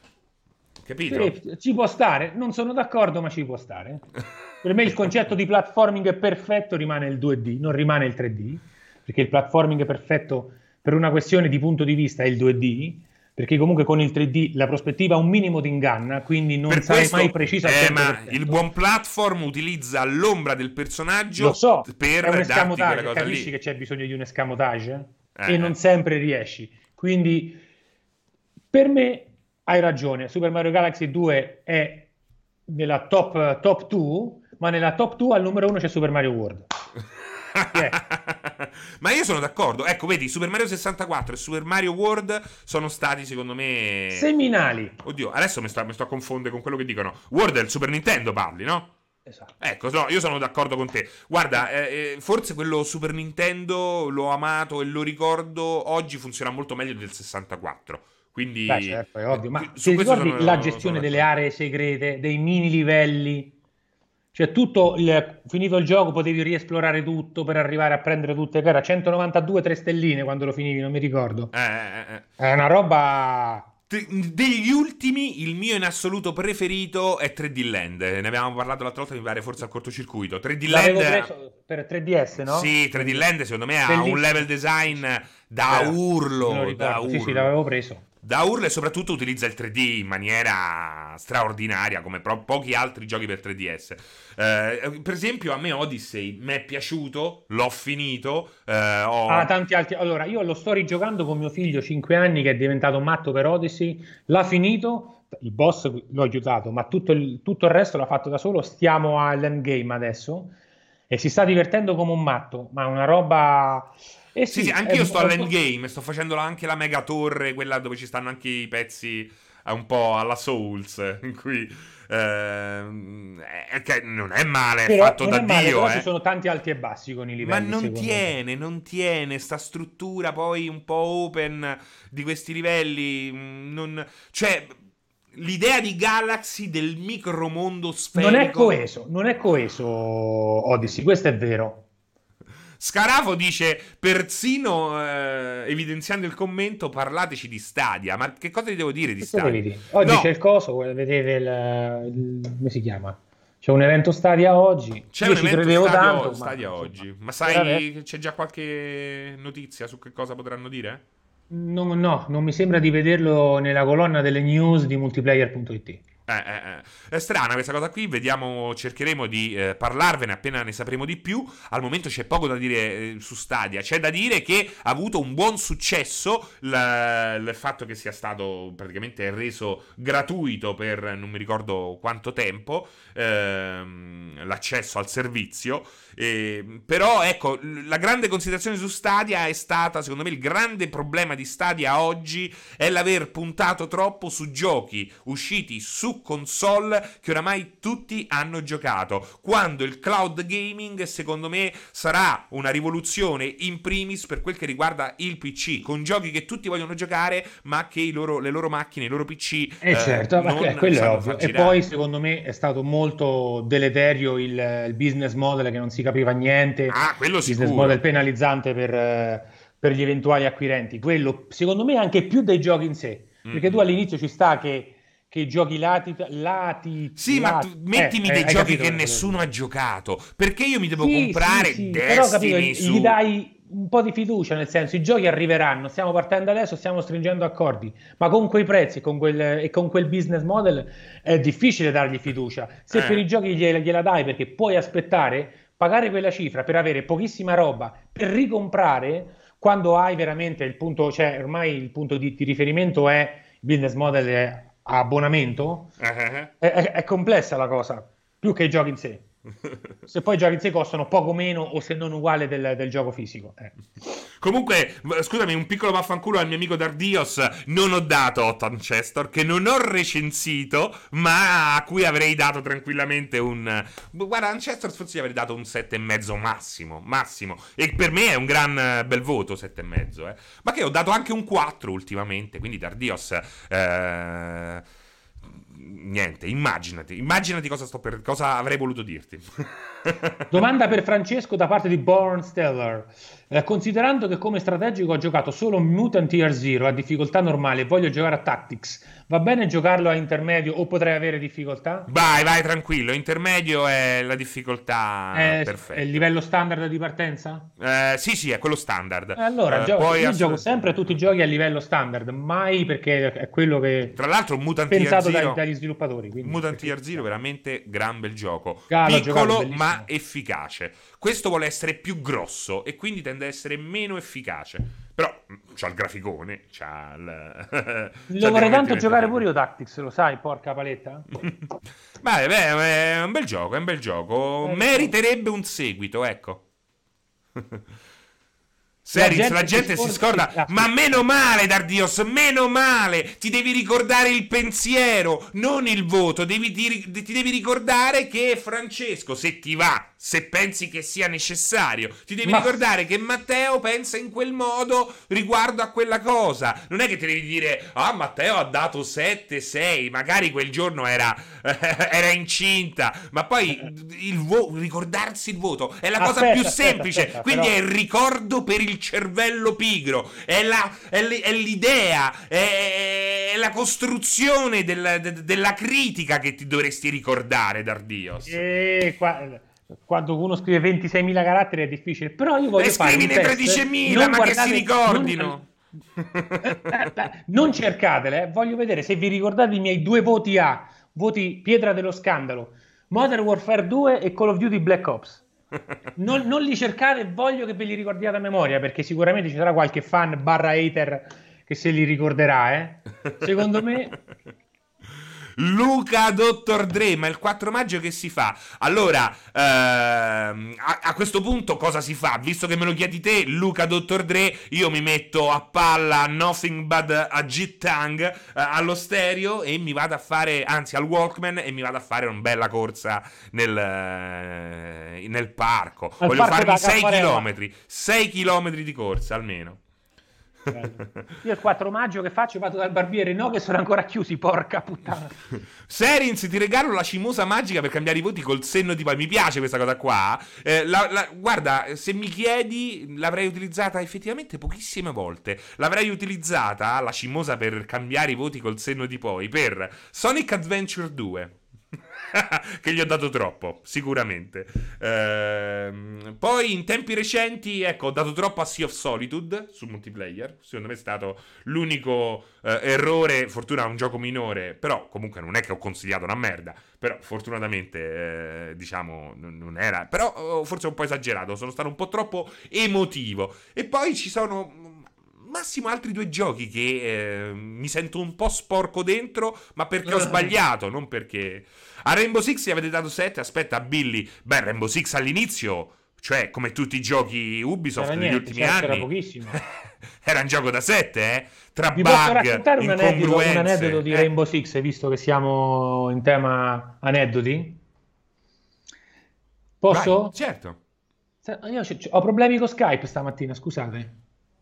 Capito? Sì, ci può stare, non sono d'accordo, ma ci può stare. Per me il concetto di platforming perfetto rimane il 2D, non rimane il 3D, perché il platforming perfetto per una questione di punto di vista è il 2D, perché comunque con il 3D la prospettiva un minimo ti inganna, quindi non sarai mai preciso al 100%. Ma il buon platform utilizza l'ombra del personaggio, lo so, per è un darti quella cosa capisci lì. che c'è bisogno di un escamotage e non sempre riesci, quindi per me hai ragione, Super Mario Galaxy 2 è nella top 2, ma nella top 2 al numero 1 c'è Super Mario World. Ma io sono d'accordo. Ecco, vedi, Super Mario 64 e Super Mario World sono stati, secondo me, seminali. Oddio, adesso mi sto a confondere con quello che dicono. World è il Super Nintendo, parli, no? Esatto. Ecco, no, io sono d'accordo con te. Guarda, forse quello Super Nintendo l'ho amato e lo ricordo, oggi funziona molto meglio del 64. Quindi, beh, certo, è ovvio. Ma ti ricordi la gestione delle aree segrete, dei mini livelli? Cioè finito il gioco potevi riesplorare tutto per arrivare a prendere tutte, che era 192 3 stelline quando lo finivi, non mi ricordo. È una roba... Degli ultimi, il mio in assoluto preferito è 3D Land. Ne avevamo parlato l'altra volta, mi pare, forse al cortocircuito. 3D L'avevo Land preso per 3DS, no? Sì, 3D Land secondo me ha un level design da urlo. Sì, l'avevo preso. Da urlo, e soprattutto utilizza il 3D in maniera straordinaria, come pochi altri giochi per 3DS. Per esempio, a me Odyssey mi è piaciuto, l'ho finito. Tanti altri. Allora, io lo sto rigiocando con mio figlio, 5 anni, che è diventato matto per Odyssey. L'ha finito, il boss l'ho aiutato, ma tutto il resto l'ha fatto da solo. Stiamo all'endgame adesso e si sta divertendo come un matto, ma è una roba... Sì, anche io sto all'endgame, sto facendo anche la mega torre, quella dove ci stanno anche i pezzi un po' alla Souls, in cui che non è male, è fatto da Dio. Però ci sono tanti alti e bassi con i livelli. Ma non tiene sta struttura poi un po' open di questi livelli. Cioè, l'idea di Galaxy del micromondo sferico non è coeso Odyssey, questo è vero. Scarafo dice, persino evidenziando il commento, parlateci di Stadia. Ma che cosa ti devo dire di Stadia? Oggi c'è il coso, vedete come si chiama? C'è un evento Stadia oggi. C'è un evento Stadia oggi. Ma sai, c'è già qualche notizia su che cosa potranno dire? No, non mi sembra di vederlo nella colonna delle news di multiplayer.it. È strana questa cosa qui, vediamo, cercheremo di parlarvene appena ne sapremo di più. Al momento c'è poco da dire su Stadia. C'è da dire che ha avuto un buon successo il fatto che sia stato praticamente reso gratuito per non mi ricordo quanto tempo l'accesso al servizio. Però ecco, la grande considerazione su Stadia è stata, secondo me, il grande problema di Stadia oggi è l'aver puntato troppo su giochi usciti su su console che oramai tutti hanno giocato, quando il cloud gaming secondo me sarà una rivoluzione in primis per quel che riguarda il PC, con giochi che tutti vogliono giocare ma che le loro macchine, i loro PC certo, non quello è sanno ovvio. far E girare. poi secondo me è stato molto deleterio il business model, che non si capiva niente, Ah, quello business model sicuro. penalizzante per gli eventuali acquirenti. Quello secondo me anche più dei giochi in sé, perché tu Mm-mm. all'inizio ci sta che i giochi Sì, ma tu mettimi dei hai giochi capito che cosa volevo nessuno dire. ha giocato. Perché io mi devo Sì, sì, comprare sì, però capito, Destiny gli su. dai un po' di fiducia, nel senso i giochi arriveranno, stiamo partendo adesso, stiamo stringendo accordi, ma con quei prezzi e con quel business model è difficile dargli fiducia. Se per Eh? i giochi gliela dai perché puoi aspettare, pagare quella cifra per avere pochissima roba, per ricomprare, quando hai veramente il punto, cioè ormai il punto di riferimento è il business model a abbonamento, Eh? è complessa la cosa, più che i giochi in sé. Se poi i giochi in sé costano poco meno o se non uguale del gioco fisico. Comunque, scusami, un piccolo vaffanculo al mio amico Dardios. Non ho dato 8 Ancestor, che non ho recensito, ma a cui avrei dato tranquillamente un. Guarda, Ancestor forse gli avrei dato un 7,5 massimo. Massimo. E per me è un gran bel voto, 7,5. Ma che ho dato anche un 4 ultimamente. Quindi Dardios. Niente, immaginati cosa avrei voluto dirti. Domanda per Francesco da parte di Born Stellar. Considerando che come strategico ho giocato solo Mutant Year Zero a difficoltà normale e voglio giocare a Tactics, va bene giocarlo a intermedio o potrei avere difficoltà? Vai, tranquillo. Intermedio è la difficoltà È il perfetta. livello standard di partenza? Sì, è quello standard. Allora, Puoi io gioco assolutamente. sempre tutti i giochi a livello standard, mai perché è quello che Tra l'altro, è pensato dagli sviluppatori. Quindi, Mutant perché, Year Zero, veramente gran bel gioco. l'ho giocato, Piccolo ma bellissimo. efficace. Questo vuole essere più grosso e quindi tende ad essere meno efficace. Però c'ha il graficone, c'ha il. C'ha Lo dei vorrei tanto combattimenti giocare pure fighi. io Tactics, lo sai, porca paletta? Beh, è un bel gioco, è un bel gioco. Lo so. Meriterebbe un seguito, ecco. La Serins, la gente si gente si scorda... Sì, scorda, ma scusa. meno male, Dardios, meno male, ti devi ricordare il pensiero, non il voto, ti devi ricordare che Francesco, se ti va, se pensi che sia necessario, ti devi Ma ricordare che Matteo pensa in quel modo riguardo a quella cosa, non è che ti devi dire, ah, Matteo ha dato 7, 6, magari quel giorno era incinta, ma poi ricordarsi il voto è la cosa più semplice, quindi è però il ricordo per il cervello pigro, è l'idea, è la costruzione della critica che ti dovresti ricordare, Dardios. quando uno scrive 26.000 caratteri è difficile, però io E voglio fare un scrivine test, 13.000, non ma che si guardate, ricordino. non cercatele, voglio vedere se vi ricordate i miei due voti A, voti pietra dello scandalo, Modern Warfare 2 e Call of Duty Black Ops. Non li cercate, voglio che ve li ricordiate a memoria, perché sicuramente ci sarà qualche fan barra hater che se li ricorderà, Secondo me... Luca Dottor Dre, ma il 4 maggio che si fa? Allora, a questo punto cosa si fa? Visto che me lo chiedi te, Luca Dottor Dre, io mi metto a palla Nothing But a G-Tang allo stereo e mi vado a fare, anzi al Walkman, e mi vado a fare una bella corsa nel parco. Al Voglio parco farmi da 6 Caffarella. km, 6 km di corsa almeno. Bello. Io il 4 maggio che faccio? Vado dal barbiere, no, che sono ancora chiusi, porca puttana. Serins, ti regalo la cimosa magica per cambiare i voti col senno di poi. Mi piace questa cosa qua. Guarda, se mi chiedi, l'avrei utilizzata effettivamente pochissime volte. L'avrei utilizzata, la cimosa, per cambiare i voti col senno di poi, per Sonic Adventure 2. Che gli ho dato troppo, sicuramente. Poi in tempi recenti, ecco, ho dato troppo a Sea of Solitude sul multiplayer. Secondo me è stato l'unico errore. Fortuna è un gioco minore, però comunque non è che ho consigliato una merda. Però fortunatamente, diciamo, non era. Però forse un po' esagerato. Sono stato un po' troppo emotivo. E poi ci sono massimo altri 2 giochi che mi sento un po' sporco dentro, ma perché ho sbagliato, non perché. A Rainbow Six gli avete dato 7. Aspetta, Billy. Beh, Rainbow Six all'inizio Cioè, come tutti i giochi Ubisoft Era negli niente, ultimi certo, era anni. pochissimo. Era un gioco da 7, tra Vi posso bug, raccontare un incongruenze. aneddoto di Rainbow Six, visto che siamo in tema aneddoti? Vai, Posso? certo. Io ho problemi con Skype stamattina, scusate.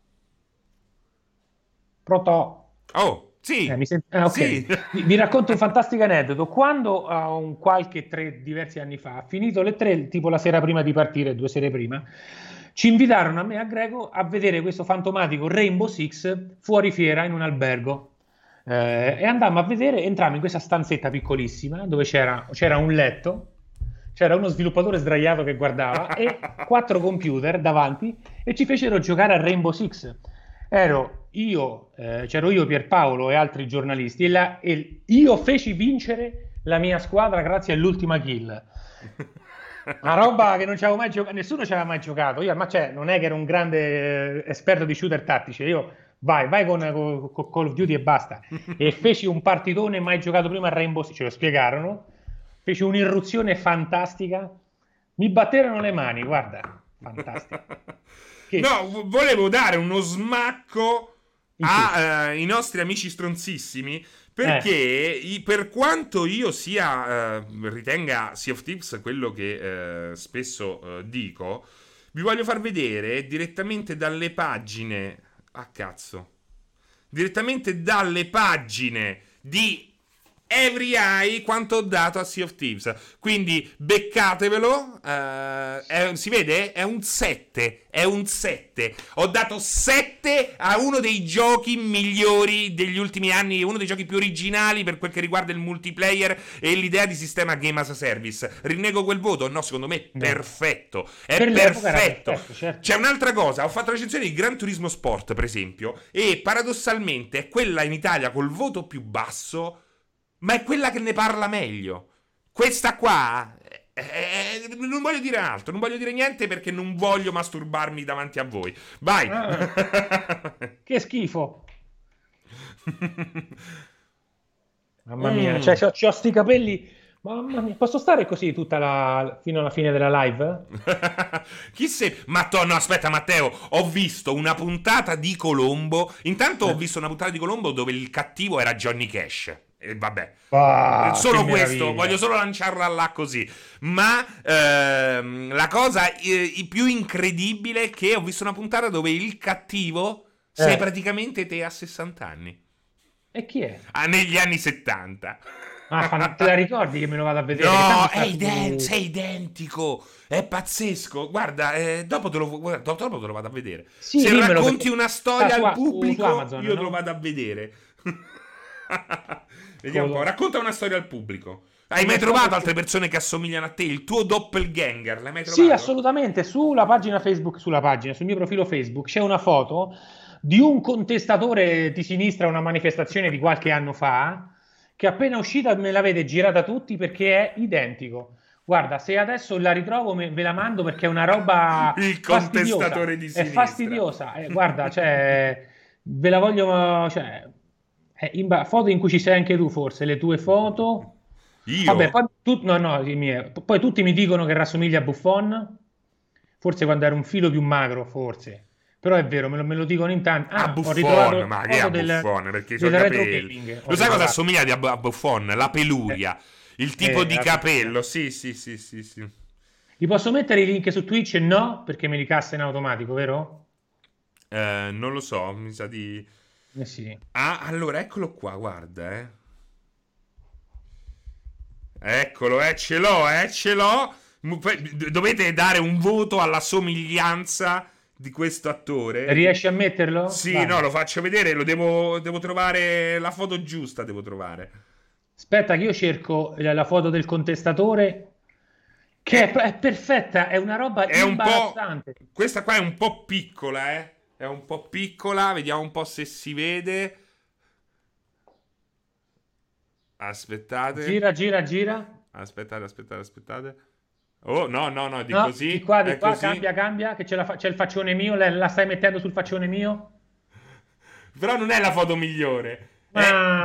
Pronto? Oh, sì, Ok. sì. Vi racconto un fantastico aneddoto. Quando diversi anni fa, finito le 3, tipo la sera prima di partire, 2 sere prima, ci invitarono a me e a Greco a vedere questo fantomatico Rainbow Six fuori fiera in un albergo. E andammo a vedere, entrammo in questa stanzetta piccolissima dove c'era un letto, c'era uno sviluppatore sdraiato che guardava e 4 computer davanti e ci fecero giocare a Rainbow Six. C'ero io, Pierpaolo e altri giornalisti e io feci vincere la mia squadra grazie all'ultima kill. Una roba che non ci avevo mai giocato, nessuno ci aveva mai giocato. Io, ma non è che ero un grande esperto di shooter tattici. Io vai con Call of Duty e basta. E feci un partitone mai giocato prima a Rainbow Six, ce lo spiegarono. Feci un'irruzione fantastica. Mi batterono le mani, guarda, fantastico. No, volevo dare uno smacco ai nostri amici stronzissimi, perché per quanto io ritenga Sea of Thieves quello che spesso dico, vi voglio far vedere direttamente dalle pagine direttamente dalle pagine di Every Eye quanto ho dato a Sea of Thieves. Quindi beccatevelo. Si vede? È un 7. È un 7. Ho dato 7 a uno dei giochi migliori degli ultimi anni, uno dei giochi più originali per quel che riguarda il multiplayer e l'idea di sistema Game as a Service. Rinnego quel voto? No, secondo me perfetto. È Per l'epoca era perfetto. perfetto, certo. C'è un'altra cosa, ho fatto la recensione di Gran Turismo Sport, per esempio, e paradossalmente è quella in Italia col voto più basso, ma è quella che ne parla meglio. Questa qua non voglio dire altro, non voglio dire niente perché non voglio masturbarmi davanti a voi. Vai. Che schifo. Mamma mia, cioè c'ho sti capelli. Mamma mia, posso stare così fino alla fine della live? Chi sei? No, aspetta, Matteo. Ho visto una puntata di Colombo. Intanto ho visto una puntata di Colombo dove il cattivo era Johnny Cash. E vabbè, solo questo, voglio solo lanciarla là così. Ma la cosa più incredibile è che ho visto una puntata dove il cattivo sei praticamente te a 60 anni. E chi è? Negli anni 70. Te la ricordi che me lo vado a vedere? No, sei identico. È pazzesco. Guarda, dopo te lo vado a vedere. Sì, se dimmelo, racconti una storia al pubblico, su Amazon, io te lo vado a vedere. Vediamo un po'. Racconta una storia al pubblico. Hai mai trovato altre persone che assomigliano a te? Il tuo doppelganger? L'hai mai trovato? Sì, assolutamente. Sulla pagina Facebook, sul mio profilo Facebook, c'è una foto di un contestatore di sinistra a una manifestazione di qualche anno fa, che appena uscita me l'avete girata tutti perché è identico. Guarda, se adesso la ritrovo ve la mando perché è una roba il contestatore di sinistra. È fastidiosa. Guarda, ve la voglio... foto in cui ci sei anche tu, forse, le tue foto. Io? Vabbè, poi tutti mi dicono che rassomiglia a Buffon, forse quando era un filo più magro, forse. Però è vero, me lo dicono in tanti. Buffon, ma che è Buffon? Perché sono capelli. Lo sai cosa assomiglia a Buffon? La peluria. Il tipo di capello. Sì. Li posso mettere i link su Twitch? No, perché me li cassa in automatico, vero? Non lo so, mi sa di... Sì. Allora, eccolo qua, guarda, Eccolo, ce l'ho. Dovete dare un voto alla somiglianza di questo attore. Riesci a metterlo? Sì, vai. No, lo faccio vedere, devo trovare la foto giusta, devo trovare. Aspetta che io cerco la foto del contestatore, che è perfetta, è una roba imbarazzante. Questa qua è un po' piccola, È un po' piccola, vediamo un po' se si vede. Aspettate. Gira. Aspettate. Oh, no, di così. Di qua, così. Cambia, che c'è il faccione mio, la stai mettendo sul faccione mio? Però non è la foto migliore. È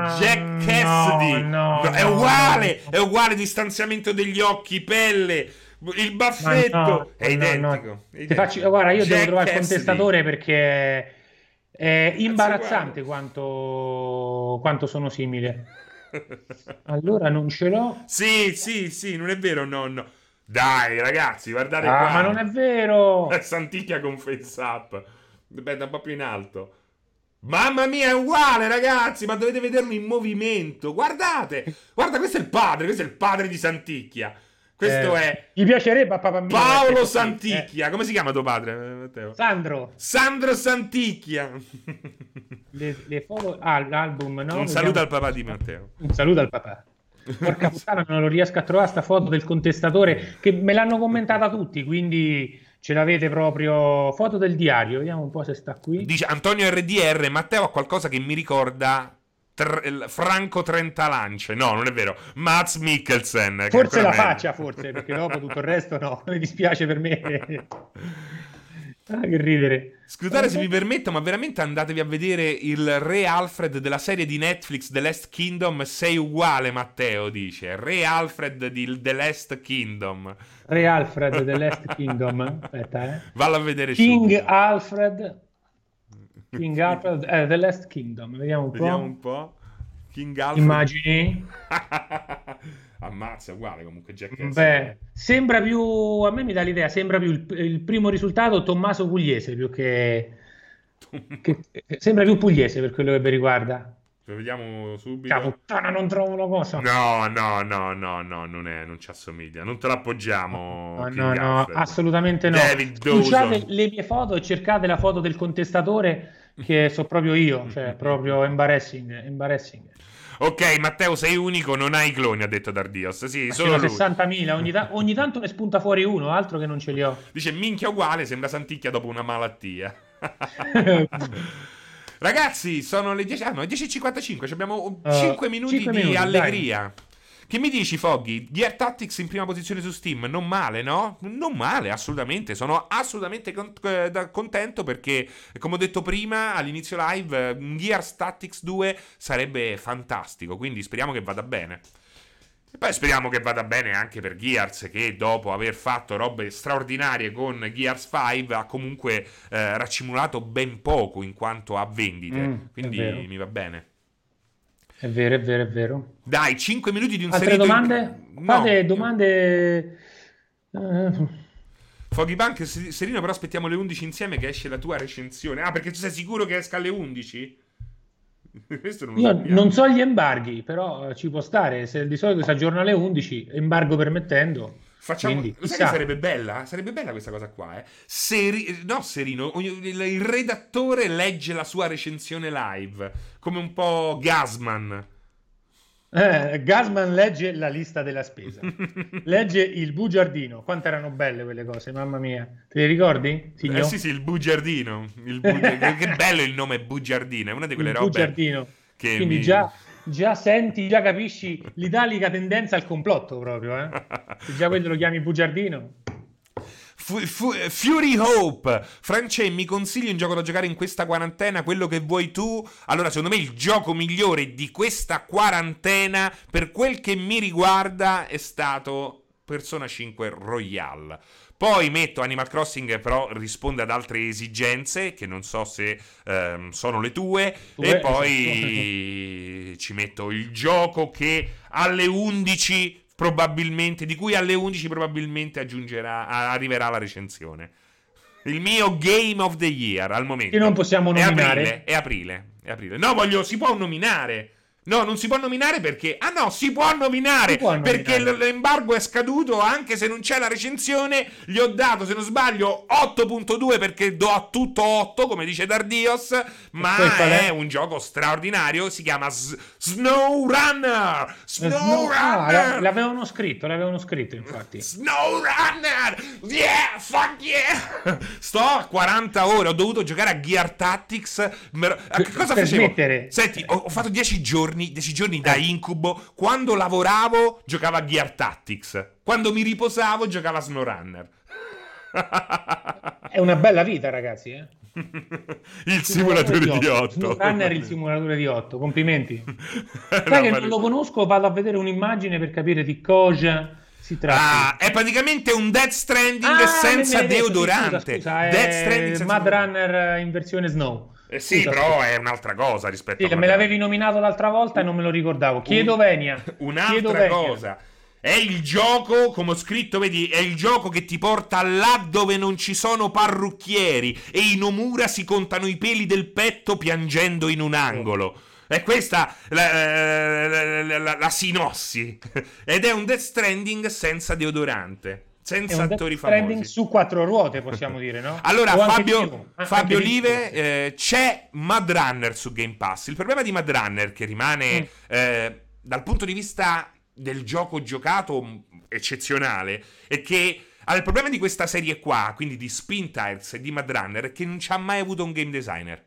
Jack Cassidy. No, è uguale, è uguale, distanziamento degli occhi, pelle. Il baffetto è identico. Ti faccio, guarda, io devo trovare il Cassidy. contestatore perché è imbarazzante quanto sono simile. Allora non ce l'ho. Sì, non è vero, no. Dai, ragazzi, guardate Ah, qua. ma non è vero. Santicchia con face up. Aspetta, un po' più in alto. Mamma mia, è uguale, ragazzi, ma dovete vederlo in movimento. Guardate, guarda, questo è il padre di Santicchia. Questo è Gli piacerebbe a papà mio Paolo essere così, Santicchia. Come si chiama tuo padre, Matteo? Sandro, Santicchia. le foto, l'album, no? Un saluto al papà di Matteo. Un saluto al papà. Porca puttana, non lo riesco a trovare sta foto del contestatore, che me l'hanno commentata tutti, quindi ce l'avete proprio. Foto del diario, vediamo un po' se sta qui. Dice Antonio RDR, Matteo ha qualcosa che mi ricorda Franco Trentalance. No, non è vero. Mats Mikkelsen. Forse la faccia, perché dopo tutto il resto no, mi dispiace per me. Ah, che ridere. Scusate se mi permetto, ma veramente andatevi a vedere il Re Alfred della serie di Netflix The Last Kingdom. Sei uguale, Matteo, dice. Re Alfred di The Last Kingdom. Re Alfred The Last Kingdom. Aspetta, Vallo a vedere King Alfred The Last Kingdom. Vediamo un po'. King Alfred. Immagini. Ammazza, uguale comunque Jack. Beh, sembra più, a me mi dà l'idea, sembra più il primo risultato Tommaso Pugliese più che sembra più pugliese per quello che mi riguarda. Lo vediamo subito. Puttana, non trovo una cosa. No, non ci assomiglia. Non te l'appoggiamo. No, assolutamente no. Scusate le mie foto e cercate la foto del contestatore che so proprio io, cioè proprio embarrassing. Ok, Matteo, sei unico, non hai cloni, ha detto Dardios. Sì, sono 60.000, ogni tanto ne spunta fuori uno, altro che non ce li ho. Dice, minchia uguale, sembra Santicchia dopo una malattia. Ragazzi, sono le 10, no, 10:55, abbiamo 5 minuti di allegria. Dai. Che mi dici, Foggy? Gear Tactics in prima posizione su Steam, non male, no? Non male, assolutamente. Sono assolutamente contento perché, come ho detto prima all'inizio live, un Gears Tactics 2 sarebbe fantastico, quindi speriamo che vada bene. E poi speriamo che vada bene anche per Gears, che dopo aver fatto robe straordinarie con Gears 5 ha comunque raccimolato ben poco in quanto a vendite, quindi mi va bene. È vero. Dai, 5 minuti di un altre domande? Fate domande. Foggy Punk, Serino, però aspettiamo le 11 insieme che esce la tua recensione. Ah, perché tu sei sicuro che esca alle 11? Questo non lo sappiamo. Non so gli embarghi, però ci può stare. Se di solito si aggiorna alle 11, embargo permettendo. Facciamo, lo sai che sarebbe bella? Sarebbe bella questa cosa qua, Serino, il redattore legge la sua recensione live, come un po' Gasman. Gasman legge la lista della spesa, legge il bugiardino. Quanto erano belle quelle cose, mamma mia. Te le ricordi? Sì, il bugiardino. Che bello il nome bugiardino, è una di quelle robe. Bugiardino. Che quindi già senti, già capisci l'italica tendenza al complotto proprio, Se già quello lo chiami bugiardino. Fury Hope. France, mi consigli un gioco da giocare in questa quarantena, quello che vuoi tu? Allora, secondo me il gioco migliore di questa quarantena, per quel che mi riguarda, è stato Persona 5 Royal. Poi metto Animal Crossing, però risponde ad altre esigenze che non so se sono le tue. E poi ci metto il gioco che alle 11 probabilmente, di cui alle 11 probabilmente arriverà la recensione. Il mio Game of the Year al momento. Che non possiamo nominare. È aprile. No, si può nominare. No, non si può nominare perché... Ah no, si può nominare perché l'embargo è scaduto anche se non c'è la recensione. Gli ho dato, se non sbaglio, 8.2 perché do a tutto 8, come dice Dardios. Ma è un gioco straordinario, si chiama SnowRunner. SnowRunner! L'avevano scritto infatti. SnowRunner! Yeah, fuck yeah! Sto a 40 ore, ho dovuto giocare a Gear Tactics. Cosa facevo? Smettere. Senti, ho fatto 10 giorni da incubo. Quando lavoravo giocavo a Gear Tactics, quando mi riposavo giocavo a SnowRunner. È una bella vita, ragazzi, Il simulatore di 8. SnowRunner, il simulatore di 8, complimenti. Sai che non lo conosco, vado a vedere un'immagine per capire di cosa si tratti? È praticamente un Death Stranding senza deodorante. Scusa, Death Stranding senza Mud Runner in versione Snow. sì, però è un'altra cosa rispetto a me l'avevi nominato l'altra volta e non me lo ricordavo. Chiedo venia. Un'altra cosa. È il gioco, come ho scritto, vedi, è il gioco che ti porta là dove non ci sono parrucchieri e i Nomura si contano i peli del petto piangendo in un angolo. È questa la sinossi. Ed è un Death Stranding senza deodorante, senza attori famosi. Death Stranding su 4 ruote, possiamo dire, no? Allora, Fabio Live, c'è Mud Runner su Game Pass. Il problema di Mud Runner, che rimane dal punto di vista del gioco giocato eccezionale, è che il problema di questa serie qua, quindi di Spin Tires e di Mud Runner, è che non ci ha mai avuto un game designer.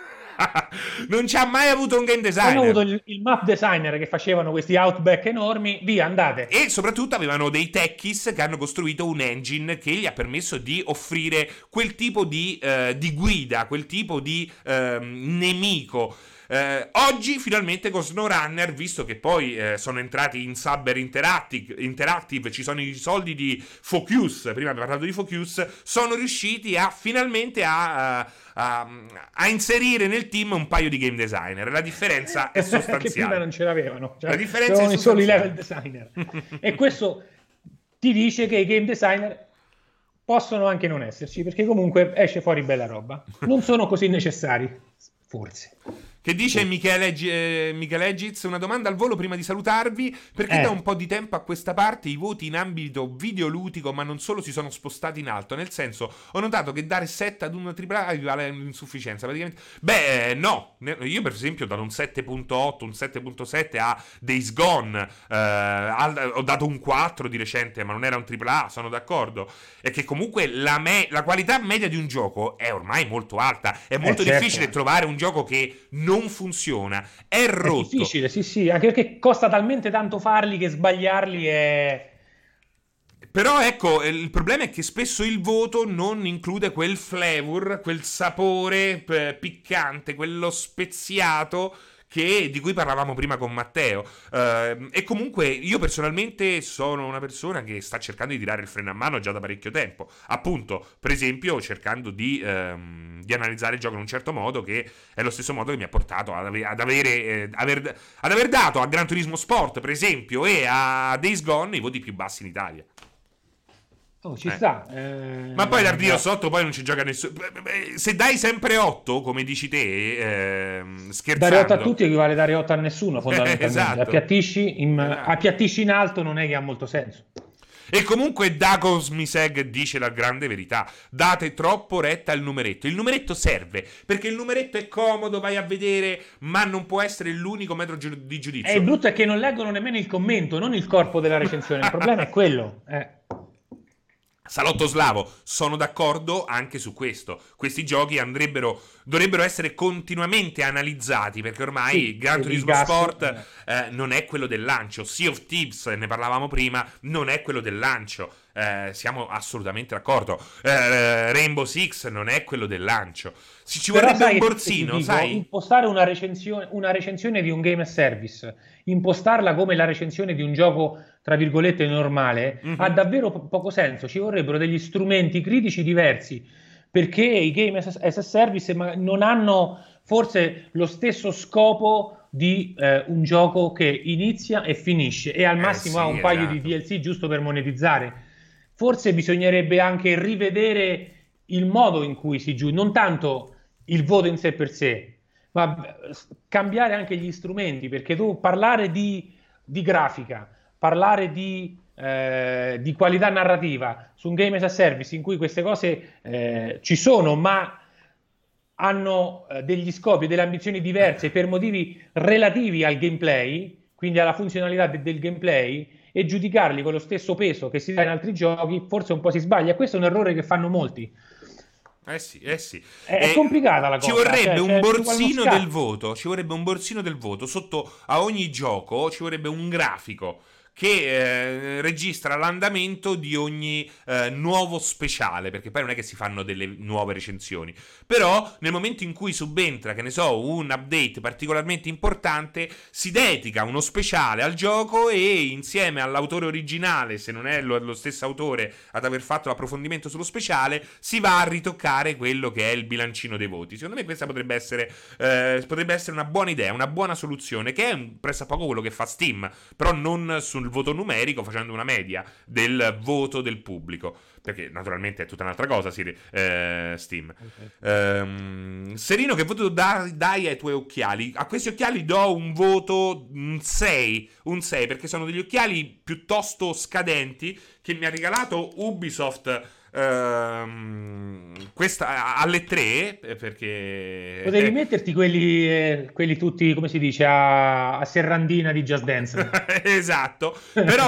Non ci ha mai avuto un game designer. Hanno avuto il map designer che facevano questi outback enormi, via, andate. E soprattutto avevano dei techies che hanno costruito un engine che gli ha permesso di offrire quel tipo di guida, quel tipo di nemico. Oggi finalmente con SnowRunner, visto che poi sono entrati in Saber Interactive, ci sono i soldi di Focus, prima abbiamo parlato di Focus, sono riusciti finalmente a inserire nel team un paio di game designer. La differenza è sostanziale. Che prima non ce l'avevano, la differenza è solo i level designer. E questo ti dice che i game designer possono anche non esserci, perché comunque esce fuori bella roba. Non sono così necessari, forse. Che dice Michele Egiz, una domanda al volo prima di salutarvi, perché da un po' di tempo a questa parte i voti in ambito videoludico, ma non solo, si sono spostati in alto, nel senso, ho notato che dare 7 ad una AAA vale l'insufficienza, praticamente. No, io per esempio ho dato un 7.8, un 7.7 a Days Gone, ho dato un 4 di recente, ma non era un AAA, sono d'accordo, e che comunque la qualità media di un gioco è ormai molto alta, è molto difficile trovare un gioco che non funziona, è rotto. È difficile, sì, anche perché costa talmente tanto farli che sbagliarli è... Però ecco, il problema è che spesso il voto non include quel flavor, quel sapore piccante, quello speziato di cui parlavamo prima con Matteo. E comunque io personalmente sono una persona che sta cercando di tirare il freno a mano già da parecchio tempo, appunto, per esempio cercando di analizzare il gioco in un certo modo, che è lo stesso modo che mi ha portato ad aver dato a Gran Turismo Sport, per esempio, e a Days Gone i voti più bassi in Italia. Ci sta. Ma poi l'ardino sotto poi non ci gioca nessuno. Se dai sempre 8, come dici te, scherzando, dare 8 a tutti equivale dare 8 a nessuno, fondamentalmente. Esatto. Appiattisci in alto non è che ha molto senso. E comunque Dacos Miseg dice la grande verità: date troppo retta al numeretto. Il numeretto serve, perché il numeretto è comodo, vai a vedere, ma non può essere l'unico metro di giudizio. E il brutto è che non leggono nemmeno il commento, non il corpo della recensione. Il problema è quello. Salotto Slavo, sono d'accordo anche su questo. Questi giochi dovrebbero essere continuamente analizzati, perché ormai Gran Turismo Sport non è quello del lancio. Sea of Thieves, ne parlavamo prima, non è quello del lancio. Siamo assolutamente d'accordo. Rainbow Six non è quello del lancio. Ci vorrebbe un borsino, sai? Impostare una recensione di un game as service, impostarla come la recensione di un gioco tra virgolette normale, ha davvero poco senso. Ci vorrebbero degli strumenti critici diversi, perché i game as a service non hanno forse lo stesso scopo di un gioco che inizia e finisce e al massimo ha un paio di DLC giusto per monetizzare. Forse bisognerebbe anche rivedere il modo in cui si giudica, non tanto il voto in sé per sé, ma cambiare anche gli strumenti, perché tu parlare di grafica, parlare di qualità narrativa su un game as a service in cui queste cose ci sono, ma hanno degli scopi, delle ambizioni diverse per motivi relativi al gameplay, quindi alla funzionalità del gameplay, e giudicarli con lo stesso peso che si dà in altri giochi, forse un po' si sbaglia. Questo è un errore che fanno molti. Sì. È complicata la cosa. Ci vorrebbe un borsino del voto. Ci vorrebbe un borsino del voto. Sotto a ogni gioco ci vorrebbe un grafico che registra l'andamento di ogni nuovo speciale, perché poi non è che si fanno delle nuove recensioni, però nel momento in cui subentra, che ne so, un update particolarmente importante, si dedica uno speciale al gioco e insieme all'autore originale, se non è lo stesso autore ad aver fatto l'approfondimento sullo speciale, si va a ritoccare quello che è il bilancino dei voti. Secondo me questa potrebbe essere una buona idea, una buona soluzione, che è pressappoco quello che fa Steam, però non sul voto numerico, facendo una media del voto del pubblico, perché naturalmente è tutta un'altra cosa Steam. Serino, che voto dai ai tuoi occhiali? A questi occhiali do un voto, un 6, perché sono degli occhiali piuttosto scadenti che mi ha regalato Ubisoft questa alle 3, perché Potevi metterti quelli tutti, come si dice, a serrandina di Just Dance. Esatto, però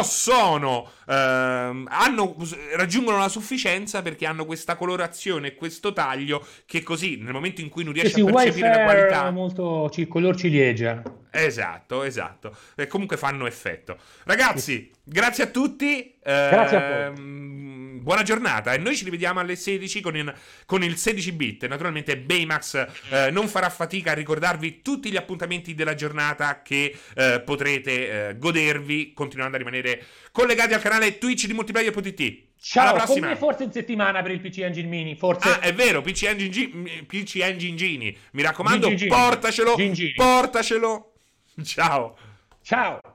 raggiungono la sufficienza perché hanno questa colorazione e questo taglio che così nel momento in cui non riesci a percepire la qualità, molto color ciliegia. Esatto, e comunque fanno effetto. Ragazzi, grazie a tutti, Grazie a voi. buona giornata e noi ci rivediamo alle 16 con il 16 bit. Naturalmente Baymax non farà fatica a ricordarvi tutti gli appuntamenti della giornata che potrete godervi continuando a rimanere collegati al canale Twitch di Multiplayer.it. Ciao, alla prossima. con me forse in settimana per il PC Engine Mini, forse. Ah, è vero, PC Engine Genie, mi raccomando, Gingini. portacelo. Gingini. Portacelo. Ciao. Ciao.